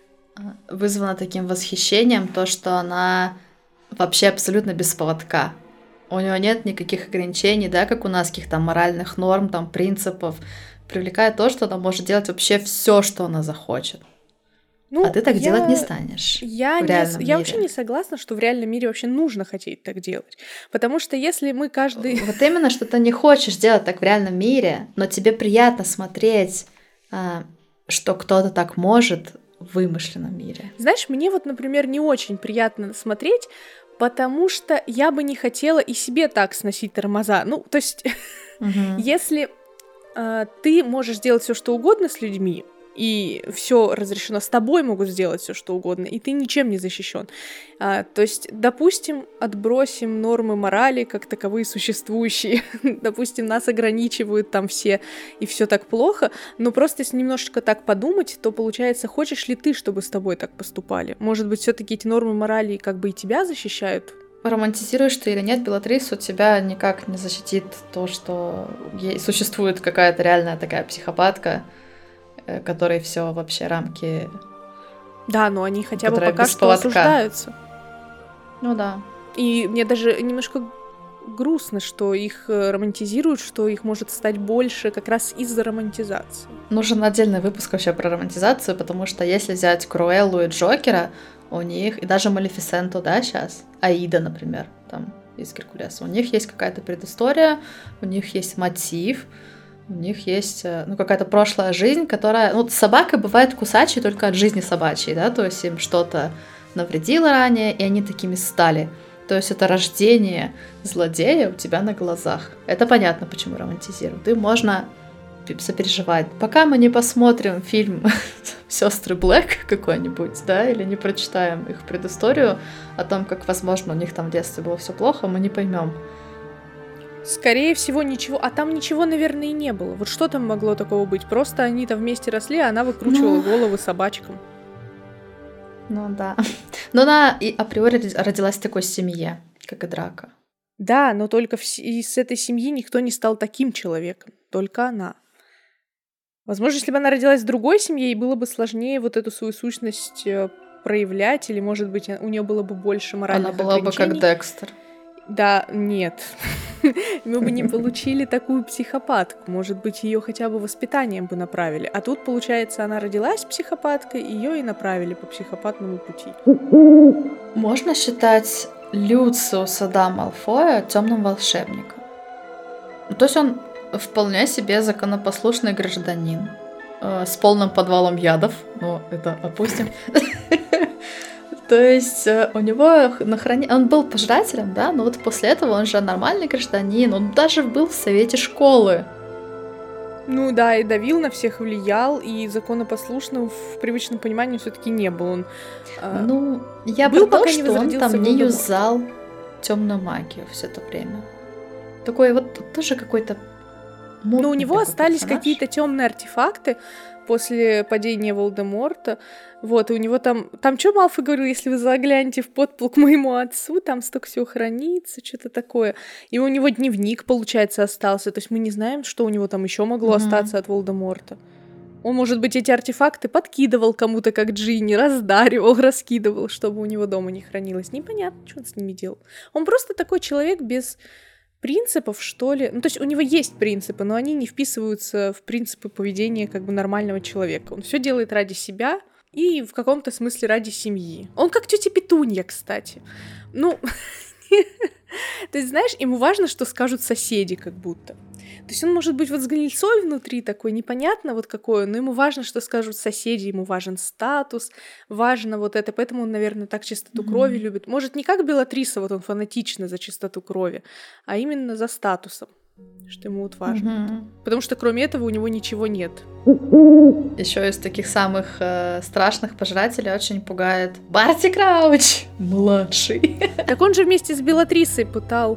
вызвана таким восхищением, то, что она вообще абсолютно без поводка. У нее нет никаких ограничений, да, как у нас, каких-то моральных норм, там, принципов. Привлекает то, что она может делать вообще все, что она захочет. Ну, а ты так делать не станешь. Я вообще не согласна, что в реальном мире вообще нужно хотеть так делать. Потому что если мы каждый... Вот именно, что ты не хочешь делать так в реальном мире, но тебе приятно смотреть, что кто-то так может в вымышленном мире. Знаешь, мне вот, например, не очень приятно смотреть, потому что я бы не хотела и себе так сносить тормоза. Ну, то есть, если ты можешь делать все, что угодно с людьми, и все разрешено, с тобой могут сделать все, что угодно, и ты ничем не защищен. То есть, допустим, отбросим нормы морали как таковые существующие, допустим, нас ограничивают там все, и все так плохо, но просто если немножечко так подумать, то получается, хочешь ли ты, чтобы с тобой так поступали? Может быть, все-таки эти нормы морали как бы и тебя защищают? Романтизируешь ты или нет Белатрису, тебя никак не защитит то, что существует какая-то реальная такая психопатка, которой все вообще рамки. Да, но они хотя бы пока что осуждаются. Ну да. И мне даже немножко грустно, что их романтизируют, что их может стать больше как раз из-за романтизации. Нужен отдельный выпуск вообще про романтизацию, потому что если взять Круэллу и Джокера, у них, и даже Малефисенту, да, сейчас, Аида, например, там, из Геркулеса, у них есть какая-то предыстория, у них есть мотив, у них есть, какая-то прошлая жизнь, которая... Ну, собака бывает кусачей только от жизни собачьей, да, то есть им что-то навредило ранее, и они такими стали. То есть это рождение злодея у тебя на глазах. Это понятно, почему романтизируют. И можно сопереживать. Пока мы не посмотрим фильм «Сестры Блэк» какой-нибудь, да, или не прочитаем их предысторию о том, как, возможно, у них там в детстве было все плохо, мы не поймем. Скорее всего, ничего. А там ничего, наверное, и не было. Вот что там могло такого быть? Просто они там вместе росли, а она выкручивала головы собачкам. Ну да. Но она и априори родилась в такой семье, как и Драко. Да, но только из этой семьи никто не стал таким человеком. Только она. Возможно, если бы она родилась в другой семье, ей было бы сложнее вот эту свою сущность проявлять, или, может быть, у нее было бы больше моральных ограничений. Она была бы как Декстер. Да, нет. Мы бы не получили такую психопатку. Может быть, ее хотя бы воспитанием бы направили. А тут, получается, она родилась психопаткой, ее и направили по психопатному пути. Можно считать Люциуса Малфоя темным волшебником. То есть он вполне себе законопослушный гражданин. с полным подвалом ядов, но это опустим. То есть у него он был пожирателем, да, но вот после этого он же нормальный гражданин, он даже был в совете школы. Ну да, и давил на всех, влиял, и законопослушным в привычном понимании все-таки не был. Он я был, про то, пока не что он возродился там не Волдеморт. юзал темную магию все это время. Такой вот тоже какой-то. Но у него остались персонаж. какие-то темные артефакты после падения Волдеморта. Вот, и у него там что Малфой говорил, если вы заглянете в подпол к моему отцу, там столько всего хранится, что-то такое. И у него дневник, получается, остался. То есть мы не знаем, что у него там еще могло остаться от Волдеморта. Он, может быть, эти артефакты подкидывал кому-то, как Джинни, раздаривал, раскидывал, чтобы у него дома не хранилось. Непонятно, что он с ними делал. Он просто такой человек без принципов, что ли. Ну, то есть у него есть принципы, но они не вписываются в принципы поведения как бы нормального человека. Он все делает ради себя и в каком-то смысле ради семьи. Он как тетя Петунья, кстати. Ну, то есть, знаешь, ему важно, что скажут соседи, как будто. То есть он может быть вот с гнильцой внутри такой, непонятно вот какой он, но ему важно, что скажут соседи, ему важен статус, важно вот это, поэтому он, наверное, так чистоту крови любит. Может, не как Белатриса, вот он фанатично за чистоту крови, а именно за статусом, что ему вот важно. Потому что кроме этого у него ничего нет. Еще из таких самых страшных пожирателей очень пугает Барти Крауч, младший. Так он же вместе с Белатрисой пытал.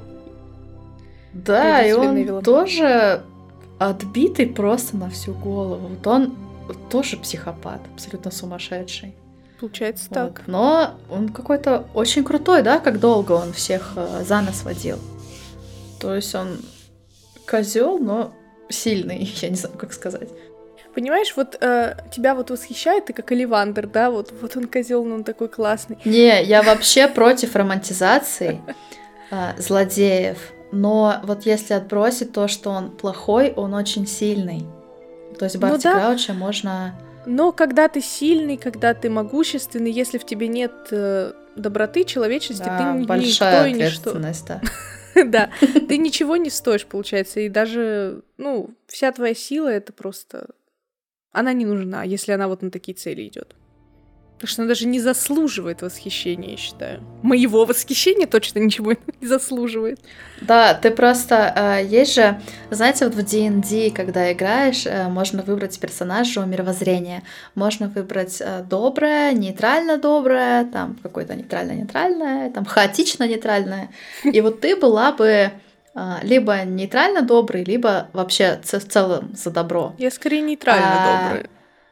Да, и он тоже отбитый просто на всю голову. Вот он тоже психопат, абсолютно сумасшедший. Получается вот. так. Но он какой-то очень крутой, да, как долго он всех за нос водил. То есть он козел, но сильный, я не знаю, как сказать. Понимаешь, вот тебя вот восхищает, ты как Оливандер, да, вот он козел, но он такой классный. Не, я вообще против романтизации злодеев. Но вот если отбросить то, что он плохой, он очень сильный. То есть Барти Крауча можно... Но когда ты сильный, когда ты могущественный, если в тебе нет доброты, человечности, да, ты большая никто и ничто. Ответственность, да. Да, ты ничего не стоишь, получается. И даже, вся твоя сила, это просто... Она не нужна, если она вот на такие цели идет. Потому что она даже не заслуживает восхищения, я считаю. Моего восхищения точно ничего не заслуживает. Да, ты просто... есть же... Знаете, вот в D&D, когда играешь, можно выбрать персонажа мировоззрения. Можно выбрать доброе, нейтрально-доброе, там какое-то нейтрально-нейтральное, там хаотично-нейтральное. И вот ты была бы либо нейтрально добрый, либо вообще в целом за добро. Я скорее нейтрально добрая.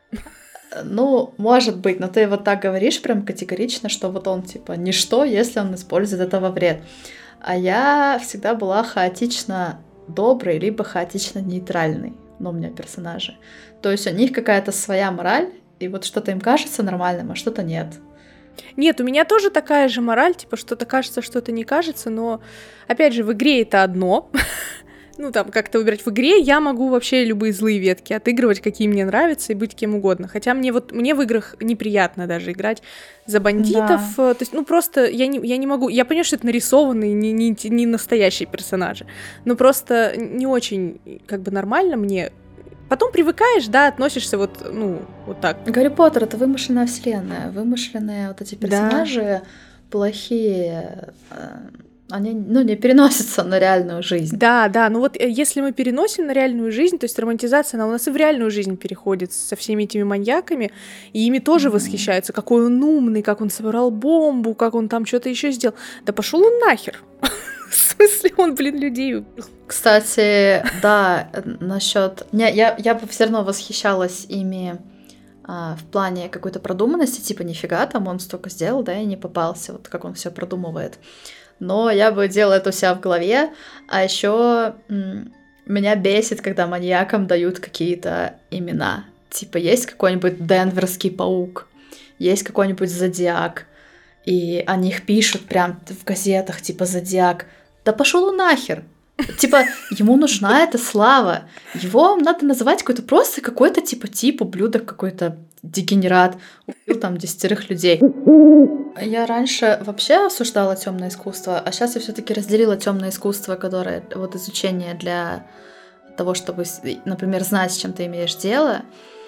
Ну, может быть, но ты вот так говоришь прям категорично, что вот он типа ничто, если он использует это во вред. А я всегда была хаотично добрый, либо хаотично нейтральный, у меня персонажи. То есть у них какая-то своя мораль, и вот что-то им кажется нормальным, а что-то нет. Нет, у меня тоже такая же мораль, типа что-то кажется, что-то не кажется, но, опять же, в игре это одно. Там как-то выбирать в игре, я могу вообще любые злые ветки отыгрывать, какие мне нравятся, и быть кем угодно. Хотя мне в играх неприятно даже играть за бандитов. Да. То есть, просто я не могу... Я понимаю, что это нарисованные, не настоящие персонажи. Но просто не очень как бы нормально мне. Потом привыкаешь, да, относишься вот так. Гарри Поттер — это вымышленная вселенная. Вымышленные вот эти персонажи плохие... Они, не переносятся на реальную жизнь. Да, вот если мы переносим на реальную жизнь, то есть романтизация, она у нас и в реальную жизнь переходит со всеми этими маньяками, и ими тоже восхищаются, какой он умный, как он собрал бомбу, как он там что-то еще сделал. Да пошел он нахер. В смысле, он, людей убил. Кстати, да, насчет... Я бы все равно восхищалась ими в плане какой-то продуманности, типа нифига, там он столько сделал, да, и не попался, вот как он все продумывает. Но я бы делала это у себя в голове. А еще меня бесит, когда маньякам дают какие-то имена. Типа есть какой-нибудь Денверский паук, есть какой-нибудь Зодиак, и о них пишут прям в газетах, типа Зодиак. Да пошел он нахер! Типа, ему нужна эта слава. Его надо называть какой-то тип, ублюдок какой-то, дегенерат, убил там 10 людей. Я раньше вообще осуждала темное искусство, а сейчас я все-таки разделила темное искусство, которое изучение для того, чтобы, например, знать, с чем ты имеешь дело,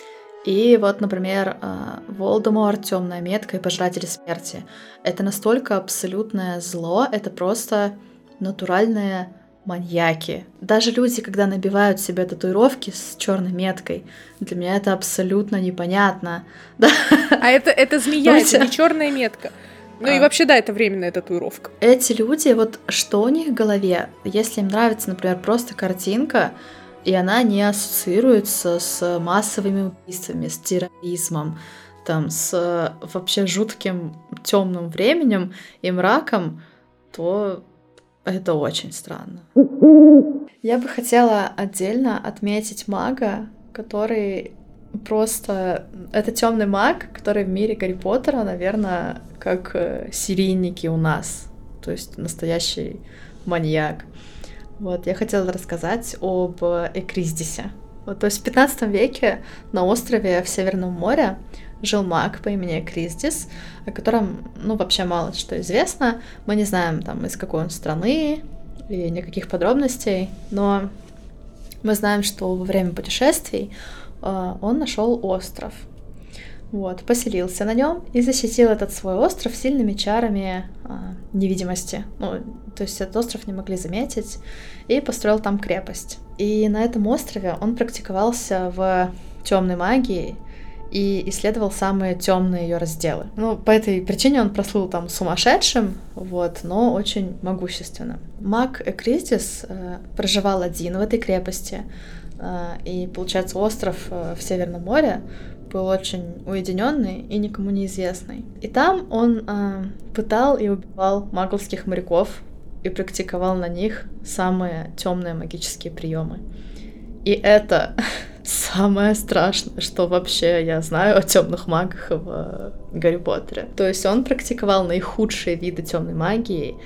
И вот, например, Волдеморт, Темная метка и Пожиратели смерти. Это настолько абсолютное зло, это просто натуральные маньяки. Даже люди, когда набивают себе татуировки с черной меткой, для меня это абсолютно непонятно. Да? А это змея, это не черная метка. Ну и вообще, да, это временная татуировка. Эти люди, вот что у них в голове, если им нравится, например, просто картинка, и она не ассоциируется с массовыми убийствами, с терроризмом, там, с вообще жутким темным временем и мраком, то это очень странно. Я бы хотела отдельно отметить мага, который просто... Это темный маг, который в мире Гарри Поттера, наверное, как серийники у нас. То есть настоящий маньяк. Вот, я хотела рассказать об Экриздисе. Вот, то есть в 15 веке на острове в Северном море жил маг по имени Экриздис, о котором, вообще мало что известно. Мы не знаем, там, из какой он страны и никаких подробностей, но мы знаем, что во время путешествий он нашел остров. Вот, поселился на нем и защитил этот свой остров сильными чарами невидимости. То есть этот остров не могли заметить, и построил там крепость. И на этом острове он практиковался в темной магии и исследовал самые темные ее разделы. По этой причине он прослыл там сумасшедшим, но очень могущественным. Маг Экриздис проживал один в этой крепости, и, получается, остров в Северном море был очень уединенный и никому неизвестный. И там он пытал и убивал маглских моряков и практиковал на них самые темные магические приемы. И это самое страшное, что вообще я знаю о темных магах в Гарри Поттере. То есть он практиковал наихудшие виды темной магии,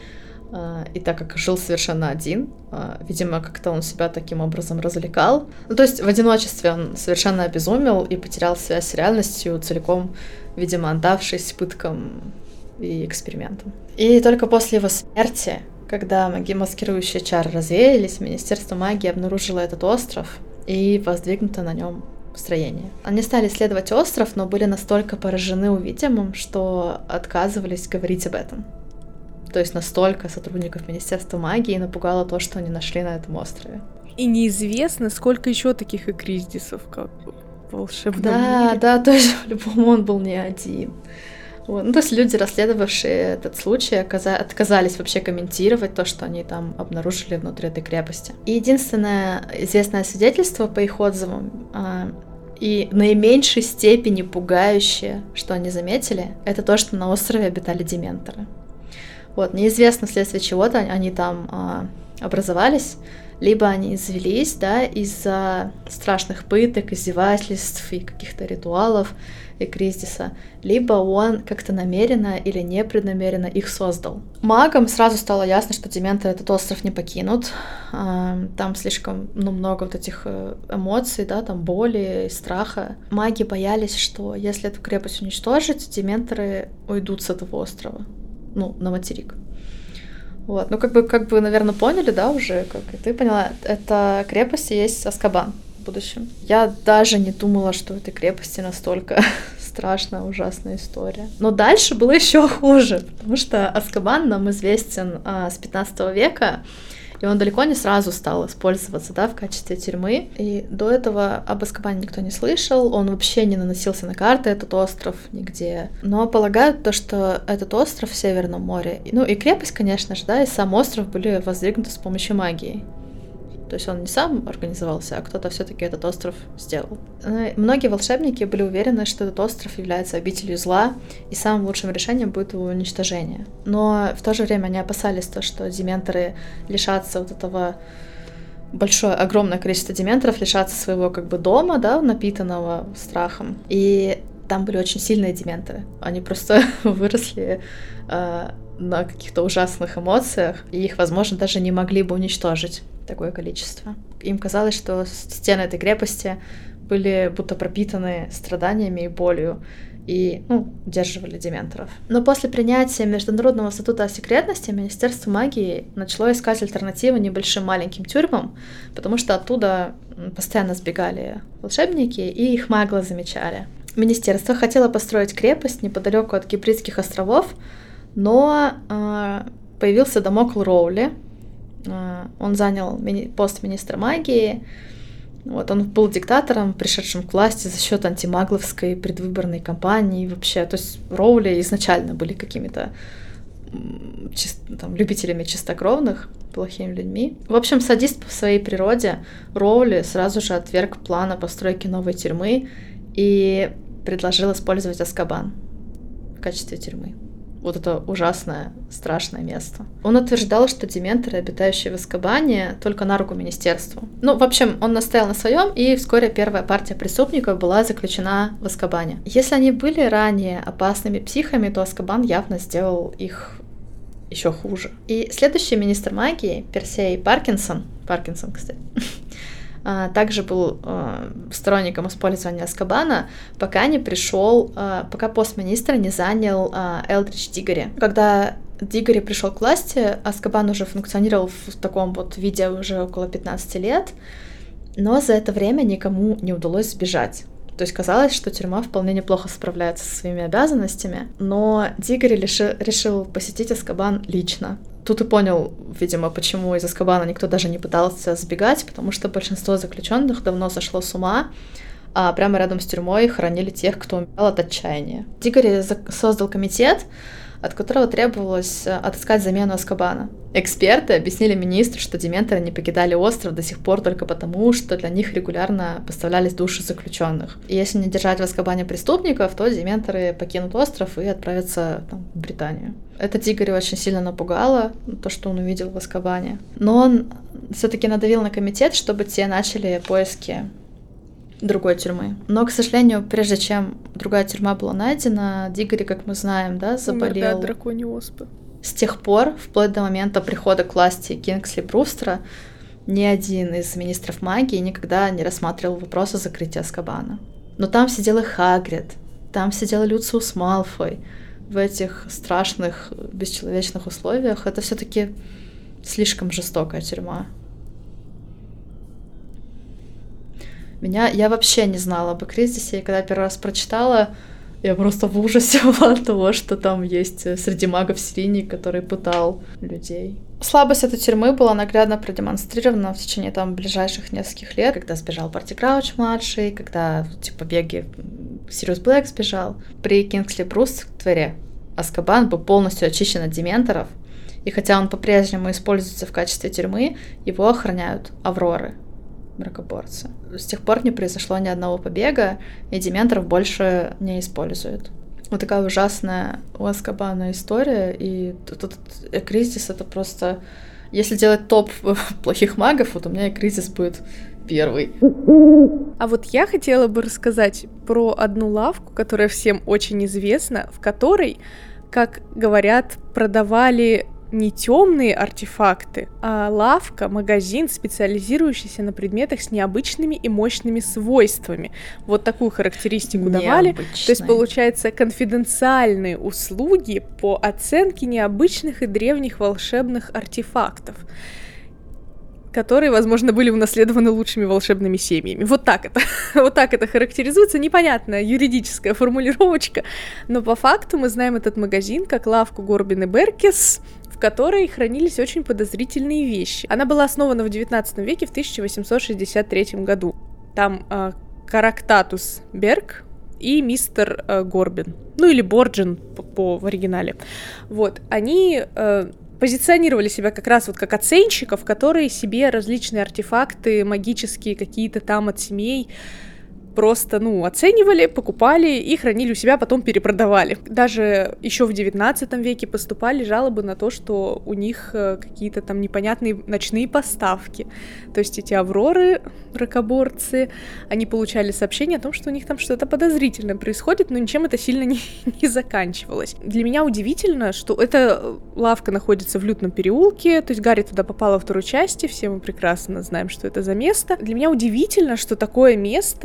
и так как жил совершенно один, видимо, как-то он себя таким образом развлекал. То есть в одиночестве он совершенно обезумел и потерял связь с реальностью, целиком, видимо, отдавшись пыткам и экспериментам. И только после его смерти, когда маскирующие чары развеялись, Министерство магии обнаружило этот остров и воздвигнуто на нем строение. Они стали исследовать остров, но были настолько поражены увиденным, что отказывались говорить об этом. То есть настолько сотрудников Министерства магии напугало то, что они нашли на этом острове. И неизвестно, сколько еще таких Экриздисов, как бы, в волшебном мире. Да, то есть по-любому он был не один. Вот. То есть люди, расследовавшие этот случай, отказались вообще комментировать то, что они там обнаружили внутри этой крепости. И единственное известное свидетельство по их отзывам и наименьшей степени пугающее, что они заметили, это то, что на острове обитали дементоры. Неизвестно, вследствие чего-то они там образовались, либо они извелись, из-за страшных пыток, издевательств и каких-то ритуалов Экриздиса, либо он как-то намеренно или непреднамеренно их создал. Магам сразу стало ясно, что дементоры этот остров не покинут. Там слишком много вот этих эмоций, там боли и страха. Маги боялись, что если эту крепость уничтожить, дементоры уйдут с этого острова. На материк. Как бы, наверное, поняли, уже, как и ты поняла, эта крепость и есть Азкабан в будущем. Я даже не думала, что в этой крепости настолько страшная, ужасная история. Но дальше было еще хуже, потому что Азкабан нам известен с 15 века, и он далеко не сразу стал использоваться, в качестве тюрьмы. И до этого об Азкабане никто не слышал, он вообще не наносился на карты, этот остров, нигде. Но полагают то, что этот остров в Северном море, и крепость, конечно же, и сам остров были воздвигнуты с помощью магии. То есть он не сам организовался, а кто-то все-таки этот остров сделал. Многие волшебники были уверены, что этот остров является обителью зла, и самым лучшим решением будет его уничтожение. Но в то же время они опасались то, что дементоры лишатся вот этого огромное количество дементоров, лишатся своего дома, напитанного страхом. И там были очень сильные дементоры. Они просто выросли на каких-то ужасных эмоциях, и их, возможно, даже не могли бы уничтожить такое количество. Им казалось, что стены этой крепости были будто пропитаны страданиями и болью, и, удерживали дементоров. Но после принятия Международного статута о секретности Министерство магии начало искать альтернативы небольшим маленьким тюрьмам, потому что оттуда постоянно сбегали волшебники, и их магло замечали. Министерство хотело построить крепость неподалеку от Гибридских островов, но появился Дамокл Роули. Он занял пост министра магии. Он был диктатором, пришедшим к власти за счет антимагловской предвыборной кампании вообще. То есть Роули изначально были какими-то любителями чистокровных, плохими людьми. В общем, садист по своей природе, Роули сразу же отверг плана постройки новой тюрьмы и предложил использовать Азкабан в качестве тюрьмы. Вот это ужасное, страшное место. Он утверждал, что дементоры, обитающие в Азкабане, только на руку министерству. В общем, он настоял на своем, и вскоре первая партия преступников была заключена в Азкабане. Если они были ранее опасными психами, то Азкабан явно сделал их еще хуже. И следующий министр магии, Персей Паркинсон, кстати, также был сторонником использования Азкабана, пока пост министра не занял Элдрич Дигори. Когда Дигори пришел к власти, Азкабан уже функционировал в таком вот виде уже около 15 лет, но за это время никому не удалось сбежать. То есть казалось, что тюрьма вполне неплохо справляется со своими обязанностями, но Дигори решил посетить Азкабан лично. Тут и понял, видимо, почему из Азкабана никто даже не пытался сбегать, потому что большинство заключенных давно сошло с ума, а прямо рядом с тюрьмой хоронили тех, кто умирал от отчаяния. Дигори создал комитет, от которого требовалось отыскать замену Азкабана. Эксперты объяснили министру, что дементоры не покидали остров до сих пор только потому, что для них регулярно поставлялись души заключенных. И если не держать в Азкабане преступников, то дементоры покинут остров и отправятся в Британию. Это Дигори очень сильно напугало, то, что он увидел в Азкабане. Но он все-таки надавил на комитет, чтобы те начали поиски другой тюрьмы. Но, к сожалению, прежде чем другая тюрьма была найдена, Дигори, как мы знаем, заболел. Умер, от драконьей оспы. С тех пор, вплоть до момента прихода к власти Кингсли Брустера, ни один из министров магии никогда не рассматривал вопрос о закрытии Азкабана. Но там сидел и Хагрид, там сидел Люциус Малфой. В этих страшных, бесчеловечных условиях это все-таки слишком жестокая тюрьма. Я вообще не знала об Экридисе, и когда первый раз прочитала, я просто в ужасе была от того, что там есть среди магов серийник, который пытал людей. Слабость этой тюрьмы была наглядно продемонстрирована в течение ближайших нескольких лет, когда сбежал Барти Крауч-младший, когда побеги Сириус Блэк сбежал. При Кингсли Бруствере Азкабан был полностью очищен от дементоров, и хотя он по-прежнему используется в качестве тюрьмы, его охраняют Авроры, мракоборцы. С тех пор не произошло ни одного побега, и дементоров больше не используют. Вот такая ужасная у Азкабана история, и тут Экридис — это просто... Если делать топ плохих магов, вот у меня Экридис будет первый. А вот я хотела бы рассказать про одну лавку, которая всем очень известна, в которой, как говорят, продавали не темные артефакты, а лавка, магазин, специализирующийся на предметах с необычными и мощными свойствами. Вот такую характеристику давали. То есть, получается, конфиденциальные услуги по оценке необычных и древних волшебных артефактов, которые, возможно, были унаследованы лучшими волшебными семьями. Вот так это характеризуется. Непонятная юридическая формулировочка, но по факту мы знаем этот магазин как лавку Горбин и Беркес, в которой хранились очень подозрительные вещи. Она была основана в 19 веке, в 1863 году. Там Карактатус Берг и мистер Горбин. Или Борджин в оригинале. Вот. Они позиционировали себя как раз как оценщиков, которые себе различные артефакты магические какие-то там от семей просто, оценивали, покупали и хранили у себя, потом перепродавали. Даже еще в 19 веке поступали жалобы на то, что у них какие-то там непонятные ночные поставки. То есть эти Авроры, ракоборцы, они получали сообщение о том, что у них там что-то подозрительное происходит, но ничем это сильно не заканчивалось. Для меня удивительно, что эта лавка находится в Лютном переулке, то есть Гарри туда попала во второй части, все мы прекрасно знаем, что это за место. Для меня удивительно, что такое место абсолютно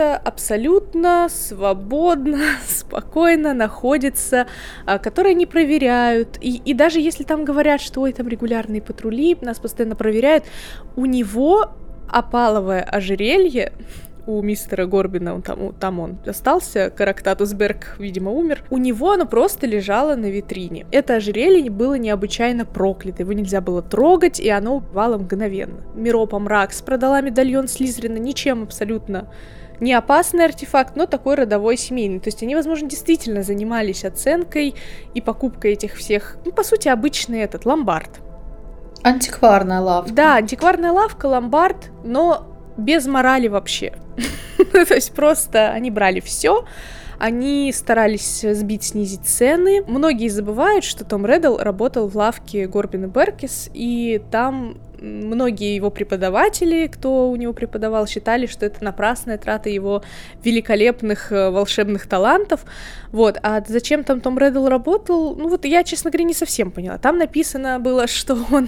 абсолютно свободно, спокойно находится, которые не проверяют. И даже если там говорят, что ой, там регулярные патрули, нас постоянно проверяют, у него опаловое ожерелье, у мистера Горбина, там он остался, Карактатус Берг, видимо, умер. У него оно просто лежало на витрине. Это ожерелье было необычайно проклято, его нельзя было трогать, и оно упало мгновенно. Миропа Мракс продала медальон Слизерина, ничем абсолютно не опасный артефакт, но такой родовой, семейный. То есть они, возможно, действительно занимались оценкой и покупкой этих всех, по сути, обычный ломбард. Антикварная лавка. Да, антикварная лавка, ломбард, но без морали вообще. То есть просто они брали все, они старались сбить, снизить цены. Многие забывают, что Том Реддл работал в лавке Горбин и Беркис, и там многие его преподаватели, кто у него преподавал, считали, что это напрасная трата его великолепных волшебных талантов. Вот. А зачем там Том Реддл работал? Я, честно говоря, не совсем поняла. Там написано было, что он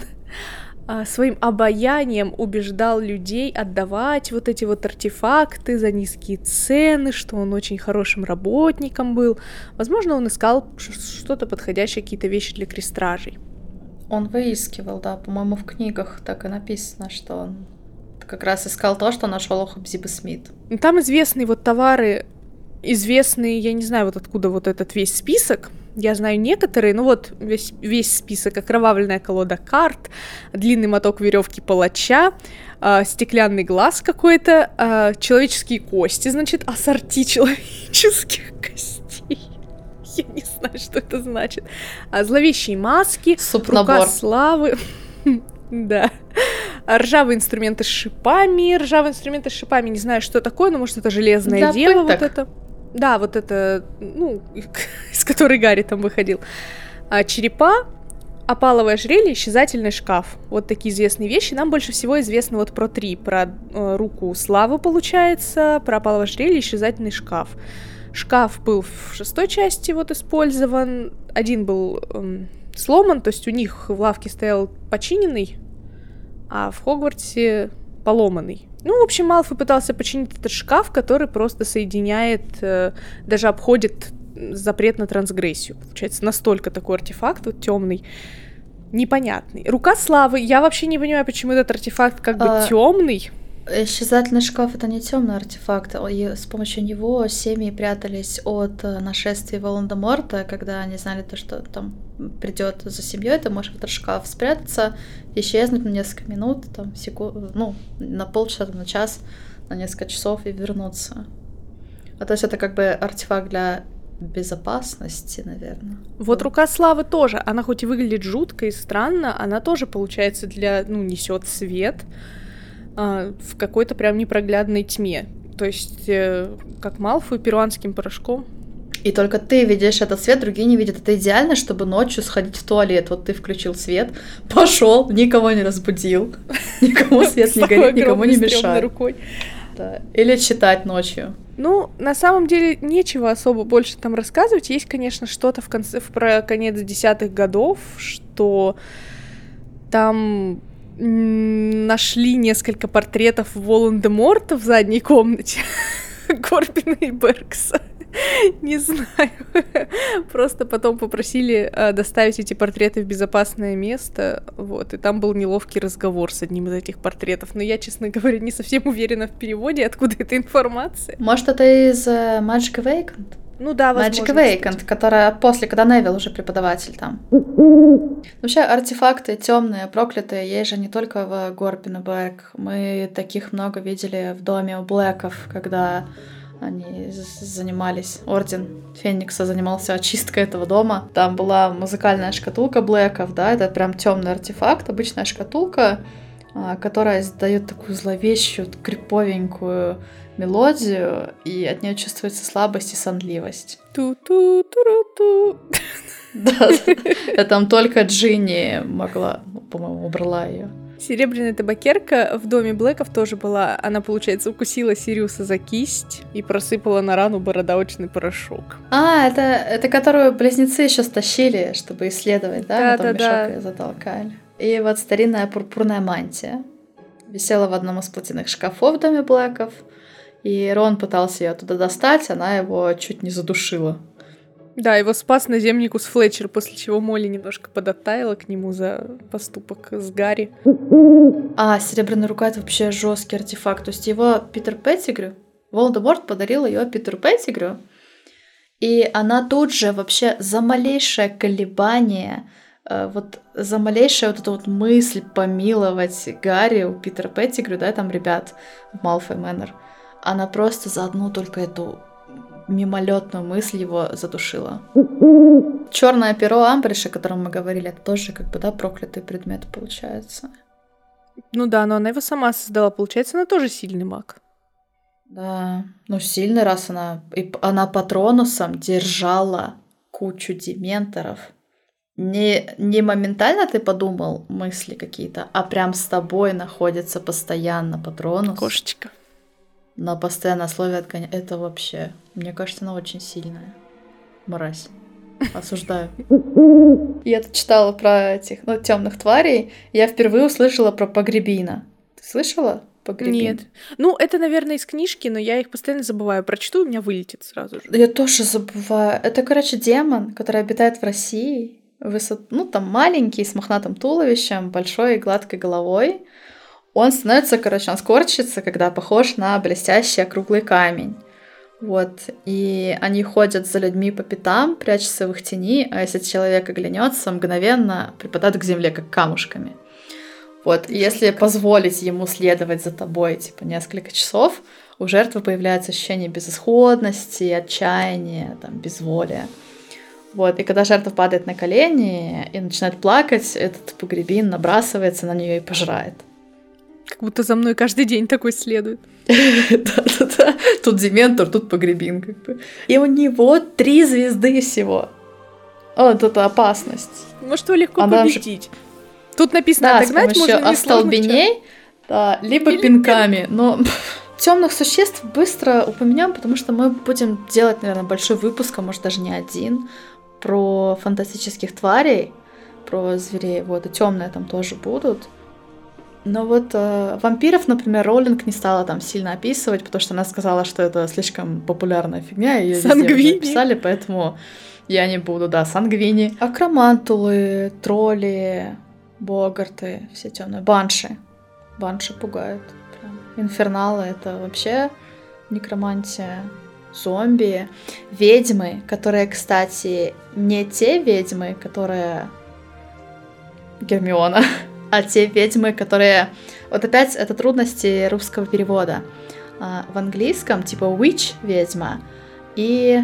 своим обаянием убеждал людей отдавать вот эти вот артефакты за низкие цены, что он очень хорошим работником был. Возможно, он искал что-то подходящее, какие-то вещи для крестражей. Он выискивал, да, по-моему, в книгах так и написано, что он как раз искал то, что нашел у Хабзиба Смит. Там известные товары, известные, я не знаю, откуда этот весь список. Я знаю некоторые, весь список: окровавленная колода карт, длинный моток веревки палача, стеклянный глаз какой-то, человеческие кости, значит, ассорти человеческих костей. Я не знаю, что это значит. Зловещие маски, суп-набор. Рука славы. Да. Ржавые инструменты с шипами. Не знаю, что такое, но может это железная дева, это. Да, из которой Гарри там выходил. Черепа, опаловое ожерелье, исчезательный шкаф. Вот такие известные вещи. Нам больше всего известно про 3. Про руку славы, получается, про опаловое ожерелье, исчезательный шкаф. Шкаф был в 6 части использован. Один был сломан, то есть у них в лавке стоял починенный, а в Хогвартсе поломанный. В общем, Малфой пытался починить этот шкаф, который просто соединяет, даже обходит запрет на трансгрессию. Получается, настолько такой артефакт темный, непонятный. Рука славы. Я вообще не понимаю, почему этот артефакт темный. Исчезательный шкаф — это не темный артефакт. С помощью него семьи прятались от нашествия Волан-де-Морта, когда они знали что там придет за семьей, ты можешь в этот шкаф спрятаться, исчезнуть на несколько минут, на полчаса, на час, на несколько часов и вернуться. То есть это артефакт для безопасности, наверное. Рука славы тоже. Она хоть и выглядит жутко и странно, она тоже, получается, несет свет в какой-то прям непроглядной тьме. То есть, как Малфой перуанским порошком. И только ты видишь этот свет, другие не видят. Это идеально, чтобы ночью сходить в туалет. Ты включил свет, пошел, никого не разбудил, никому свет не горит, никому не мешает. Да. Или читать ночью. На самом деле, нечего особо больше там рассказывать. Есть, конечно, что-то про конец 10-х годов, что там нашли несколько портретов Волан-де-Морта в задней комнате Горбина и Беркса. Не знаю. Просто потом попросили доставить эти портреты в безопасное место. И там был неловкий разговор с одним из этих портретов. Но я, честно говоря, не совсем уверена в переводе, откуда эта информация. Может, это из Magic Awakened? Да, возможно. Magic Awakened, которая когда Невилл уже преподаватель там. Вообще, артефакты темные, проклятые, есть же не только в Горбин и Берг. Мы таких много видели в доме у Блэков, когда они занимались, Орден Феникса занимался очисткой этого дома. Там была музыкальная шкатулка Блэков, да, это прям темный артефакт, обычная шкатулка, которая издает такую зловещую, криповенькую мелодию, и от нее чувствуется слабость и сонливость. Ту-ту-ту-ту. Да, там только Джинни могла, по-моему, убрала ее. Серебряная табакерка в доме Блэков тоже была. Она, получается, укусила Сириуса за кисть и просыпала на рану бородавочный порошок. Это которую близнецы еще стащили, чтобы исследовать, да? Да. Мешок ее затолкали. И старинная пурпурная мантия висела в одном из платяных шкафов в доме Блэков. И Рон пытался ее оттуда достать, она его чуть не задушила. Да, его спас наземникус Флетчер, после чего Молли немножко подоттаяла к нему за поступок с Гарри. Серебряная рука — это вообще жесткий артефакт. То есть его Питер Петтигрю, Волдеморт подарил ее Питеру Петтигрю, и она тут же вообще за малейшее колебание, за малейшую вот эту вот мысль помиловать Гарри у Питера Петтигрю, да, там ребят в Малфой Мэннер, она просто за одну только эту мимолетную мысль его задушила. Черное перо Амбридж, о котором мы говорили, это тоже как бы, да, проклятый предмет получается. Ну да, но она его сама создала, получается, она тоже сильный маг. Да, сильный, раз она патронусом держала кучу дементоров. Не моментально ты подумал мысли какие-то, а прям с тобой находится постоянно патронус. Кошечка. На постоянное условие отгоняет. Это вообще, мне кажется, она очень сильная. Мразь. Осуждаю. Я тут читала про этих, темных тварей. Я впервые услышала про Погребина. Ты слышала? Погребин? Нет. Это, наверное, из книжки, но я их постоянно забываю. Прочту, у меня вылетит сразу же. Я тоже забываю. Это, демон, который обитает в России. Там маленький, с мохнатым туловищем, большой и гладкой головой. Он становится, он скорчится, когда похож на блестящий округлый камень. Вот. И они ходят за людьми по пятам, прячутся в их тени, а если человек оглянется, мгновенно припадают к земле, как камушками. Вот. И если позволить ему следовать за тобой, несколько часов, у жертвы появляется ощущение безысходности, отчаяния, безволия. Вот. И когда жертва падает на колени и начинает плакать, этот Погребин набрасывается на нее и пожирает. Как будто за мной каждый день такой следует. Да. Тут Дементор, тут Погребин. И у него 3 звезды всего. Вот это опасность. Может, его легко победить. Тут написано, отогнать можно несложно. Остолбеней, либо пинками. Но темных существ быстро упомянем, потому что мы будем делать, наверное, большой выпуск, а может даже не один, про фантастических тварей, про зверей. Вот, и темные там тоже будут. Но вот вампиров, например, Роулинг не стала там сильно описывать, потому что она сказала, что это слишком популярная фигня, и её везде написали, поэтому я не буду, сангвини. Акромантулы, тролли, богарты, все темные. Банши. Банши пугают. Прям. Инферналы — это вообще некромантия. Зомби. Ведьмы, которые, кстати, не те ведьмы, которые Гермиона, а те ведьмы, которые... Вот опять это трудности русского перевода. В английском типа witch — ведьма, и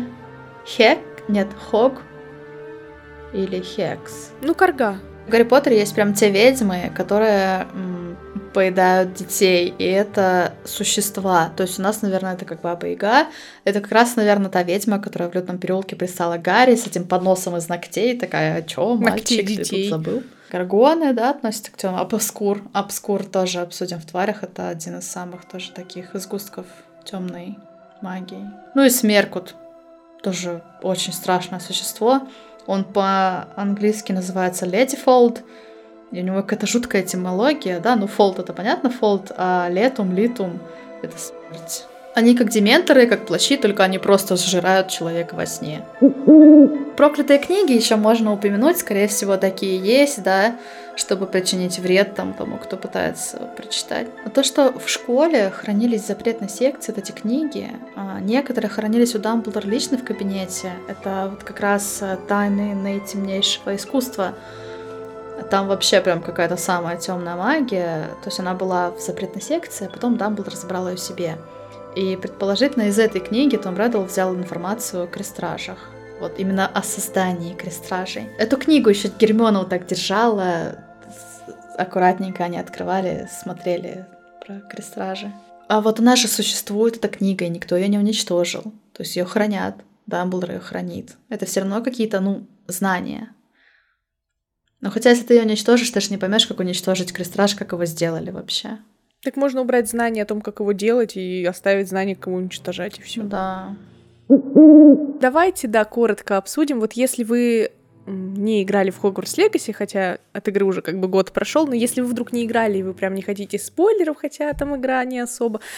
хог или хекс. Карга. В Гарри Поттере есть прям те ведьмы, которые поедают детей, и это существа. То есть у нас, наверное, это как Баба-Яга. Это как раз, наверное, та ведьма, которая в Лютном переулке пристала Гарри с этим подносом из ногтей. Такая, чё, мальчик, ты тут забыл? Гаргоны, относятся к темным. Обскур тоже обсудим в тварях. Это один из самых тоже таких изгустков темной магии. И Смеркут. Тоже очень страшное существо. Он по-английски называется Летифолд. И у него какая-то жуткая этимология, фолд — это понятно, фолд, а литум — это смерть. Они как дементоры, как плащи, только они просто сжирают человека во сне. Проклятые книги еще можно упомянуть, скорее всего, такие есть, чтобы причинить вред тому, кто пытается прочитать. Но то, что в школе хранились в запретной секции эти книги, некоторые хранились у Дамблдора лично в кабинете. Это вот как раз тайны наитемнейшего искусства. Там вообще прям какая-то самая темная магия. То есть она была в запретной секции, а потом Дамблдор забрал ее себе. И предположительно из этой книги Том Реддл взял информацию о крестражах. Вот именно о создании крестражей. Эту книгу еще Гермиона вот так держала, аккуратненько они открывали, смотрели про крестражи. А вот она же существует, эта книга, и никто ее не уничтожил. То есть ее хранят, Дамблдор ее хранит. Это все равно какие-то, знания. Но хотя если ты ее уничтожишь, ты же не поймешь, как уничтожить крестраж, как его сделали вообще. Так можно убрать знания о том, как его делать, и оставить знания, кому уничтожать, и все. Да. Давайте, коротко обсудим. Вот если вы не играли в Хогвартс Легаси, хотя от игры уже год прошел, но если вы вдруг не играли, и вы прям не хотите спойлеров, хотя там игра не особо,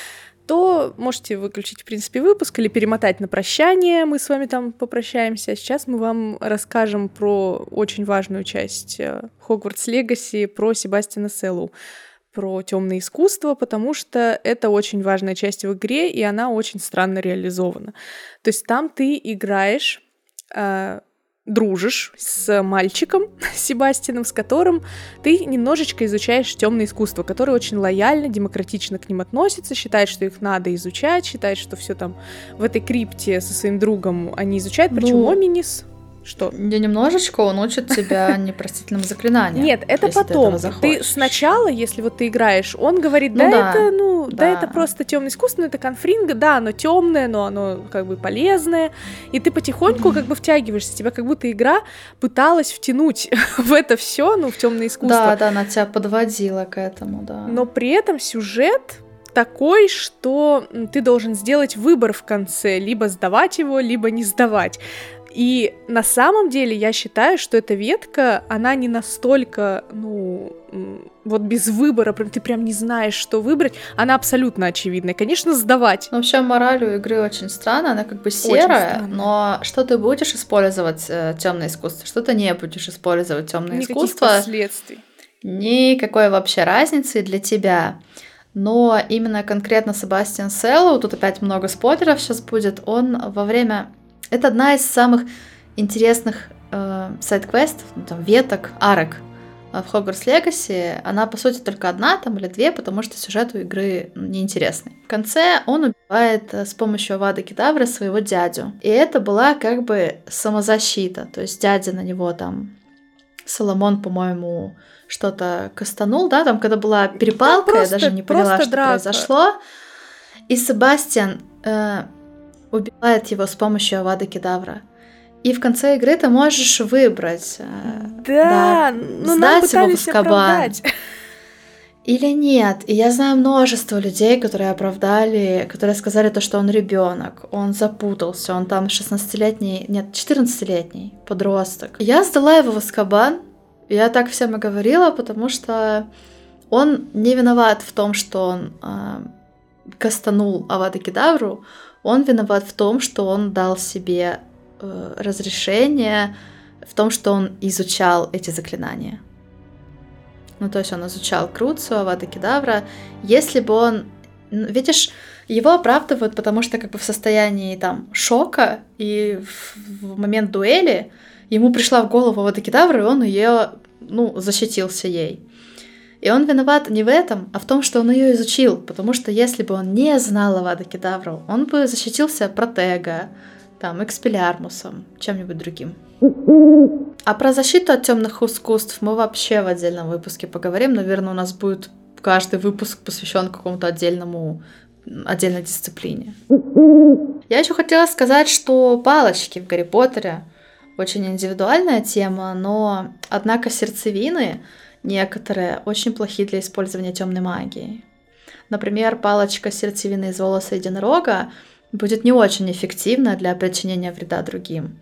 то можете выключить, в принципе, выпуск или перемотать на прощание, мы с вами там попрощаемся. А сейчас мы вам расскажем про очень важную часть Хогвартс Легаси, про Себастьяна Селлоу, про темное искусство, потому что это очень важная часть в игре, и она очень странно реализована. То есть там ты играешь, дружишь с мальчиком, с Себастьяном, с которым ты немножечко изучаешь темное искусство, которое очень лояльно, демократично к ним относится, считает, что их надо изучать, считает, что все там в этой крипте со своим другом они изучают, причем Оминис. Что? Не немножечко, он учит тебя непростительным заклинаниям. Нет, это потом. Ты сначала, если вот ты играешь, он говорит, это просто темное искусство, это конфринга, да, оно темное, но оно как бы полезное, и ты потихоньку как бы втягиваешься, тебя как будто игра пыталась втянуть в это все, в темное искусство. Да, она тебя подводила к этому, да. Но при этом сюжет такой, что ты должен сделать выбор в конце, либо сдавать его, либо не сдавать. И на самом деле я считаю, что эта ветка, она не настолько, вот без выбора, ты прям не знаешь, что выбрать, она абсолютно очевидная. Конечно, сдавать. Но вообще мораль у игры очень странная, она как бы серая, но что ты будешь использовать темное искусство, что ты не будешь использовать темное искусство. Никаких последствий. Никакой вообще разницы для тебя. Но именно конкретно Себастьян Селлоу, тут опять много спойлеров сейчас будет, он во время... Это одна из самых интересных сайд-квестов, веток, арок в Хогвартс Легаси. Она, по сути, только одна там или две, потому что сюжет у игры неинтересный. В конце он убивает с помощью Авада Кедавры своего дядю. И это была как бы самозащита. То есть дядя на него там... Соломон, по-моему, что-то кастанул, да? Там, когда была перепалка, я даже не поняла, что произошло. И Себастьян... убивает его с помощью Авада Кедавра. И в конце игры ты можешь выбрать, сдать его в Азкабан или нет. И я знаю множество людей, которые оправдали, которые сказали то, что он ребенок, он запутался, он там 14-летний подросток. Я сдала его в Азкабан, я так всем и говорила, потому что он не виноват в том, что он кастанул Авада Кедавру. Он виноват в том, что он дал себе разрешение, в том, что он изучал эти заклинания. То есть он изучал Круцию, Авада Кедавра. Если бы он... Видишь, его оправдывают, потому что как бы в состоянии там шока, и в момент дуэли ему пришла в голову Авада Кедавра, и он ее, защитился ей. И он виноват не в этом, а в том, что он ее изучил, потому что если бы он не знал Авада Кедавру, он бы защитился Протего, там, Экспеллиармусом, чем-нибудь другим. А про защиту от темных искусств мы вообще в отдельном выпуске поговорим. Наверное, у нас будет каждый выпуск посвящен какому-то отдельной дисциплине. Я еще хотела сказать, что палочки в Гарри Поттере очень индивидуальная тема, но, однако, сердцевины некоторые очень плохи для использования темной магии. Например, палочка сердцевины из волоса единорога будет не очень эффективна для причинения вреда другим.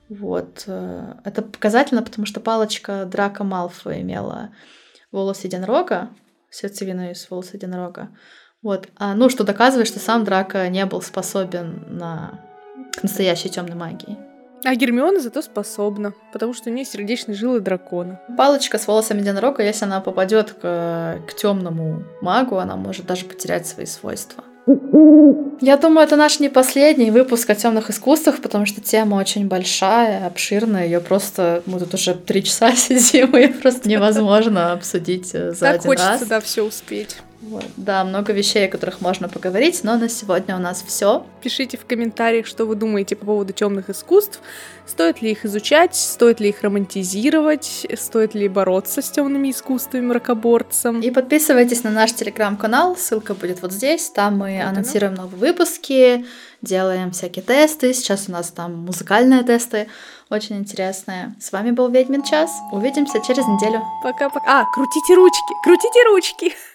Это показательно, потому что палочка Драко Малфоя имела волос единорога, сердцевину из волоса единорога. Что доказывает, что сам Драко не был способен к настоящей темной магии. А Гермиона зато способна, потому что у нее сердечные жилы дракона. Палочка с волосами единорога, если она попадет к темному магу, она может даже потерять свои свойства. Я думаю, это наш не последний выпуск о темных искусствах, потому что тема очень большая, обширная. Ее просто мы тут уже 3 часа сидим, и просто невозможно обсудить за один раз. Так хочется, все успеть. Да, много вещей, о которых можно поговорить, но на сегодня у нас все. Пишите в комментариях, что вы думаете по поводу темных искусств. Стоит ли их изучать, стоит ли их романтизировать, стоит ли бороться с темными искусствами мракоборцем. И подписывайтесь на наш телеграм-канал, ссылка будет вот здесь. Там мы анонсируем новые выпуски, делаем всякие тесты. Сейчас у нас там музыкальные тесты, очень интересные. С вами был Ведьмин час. Увидимся через неделю. Пока-пока. Крутите ручки! Крутите ручки!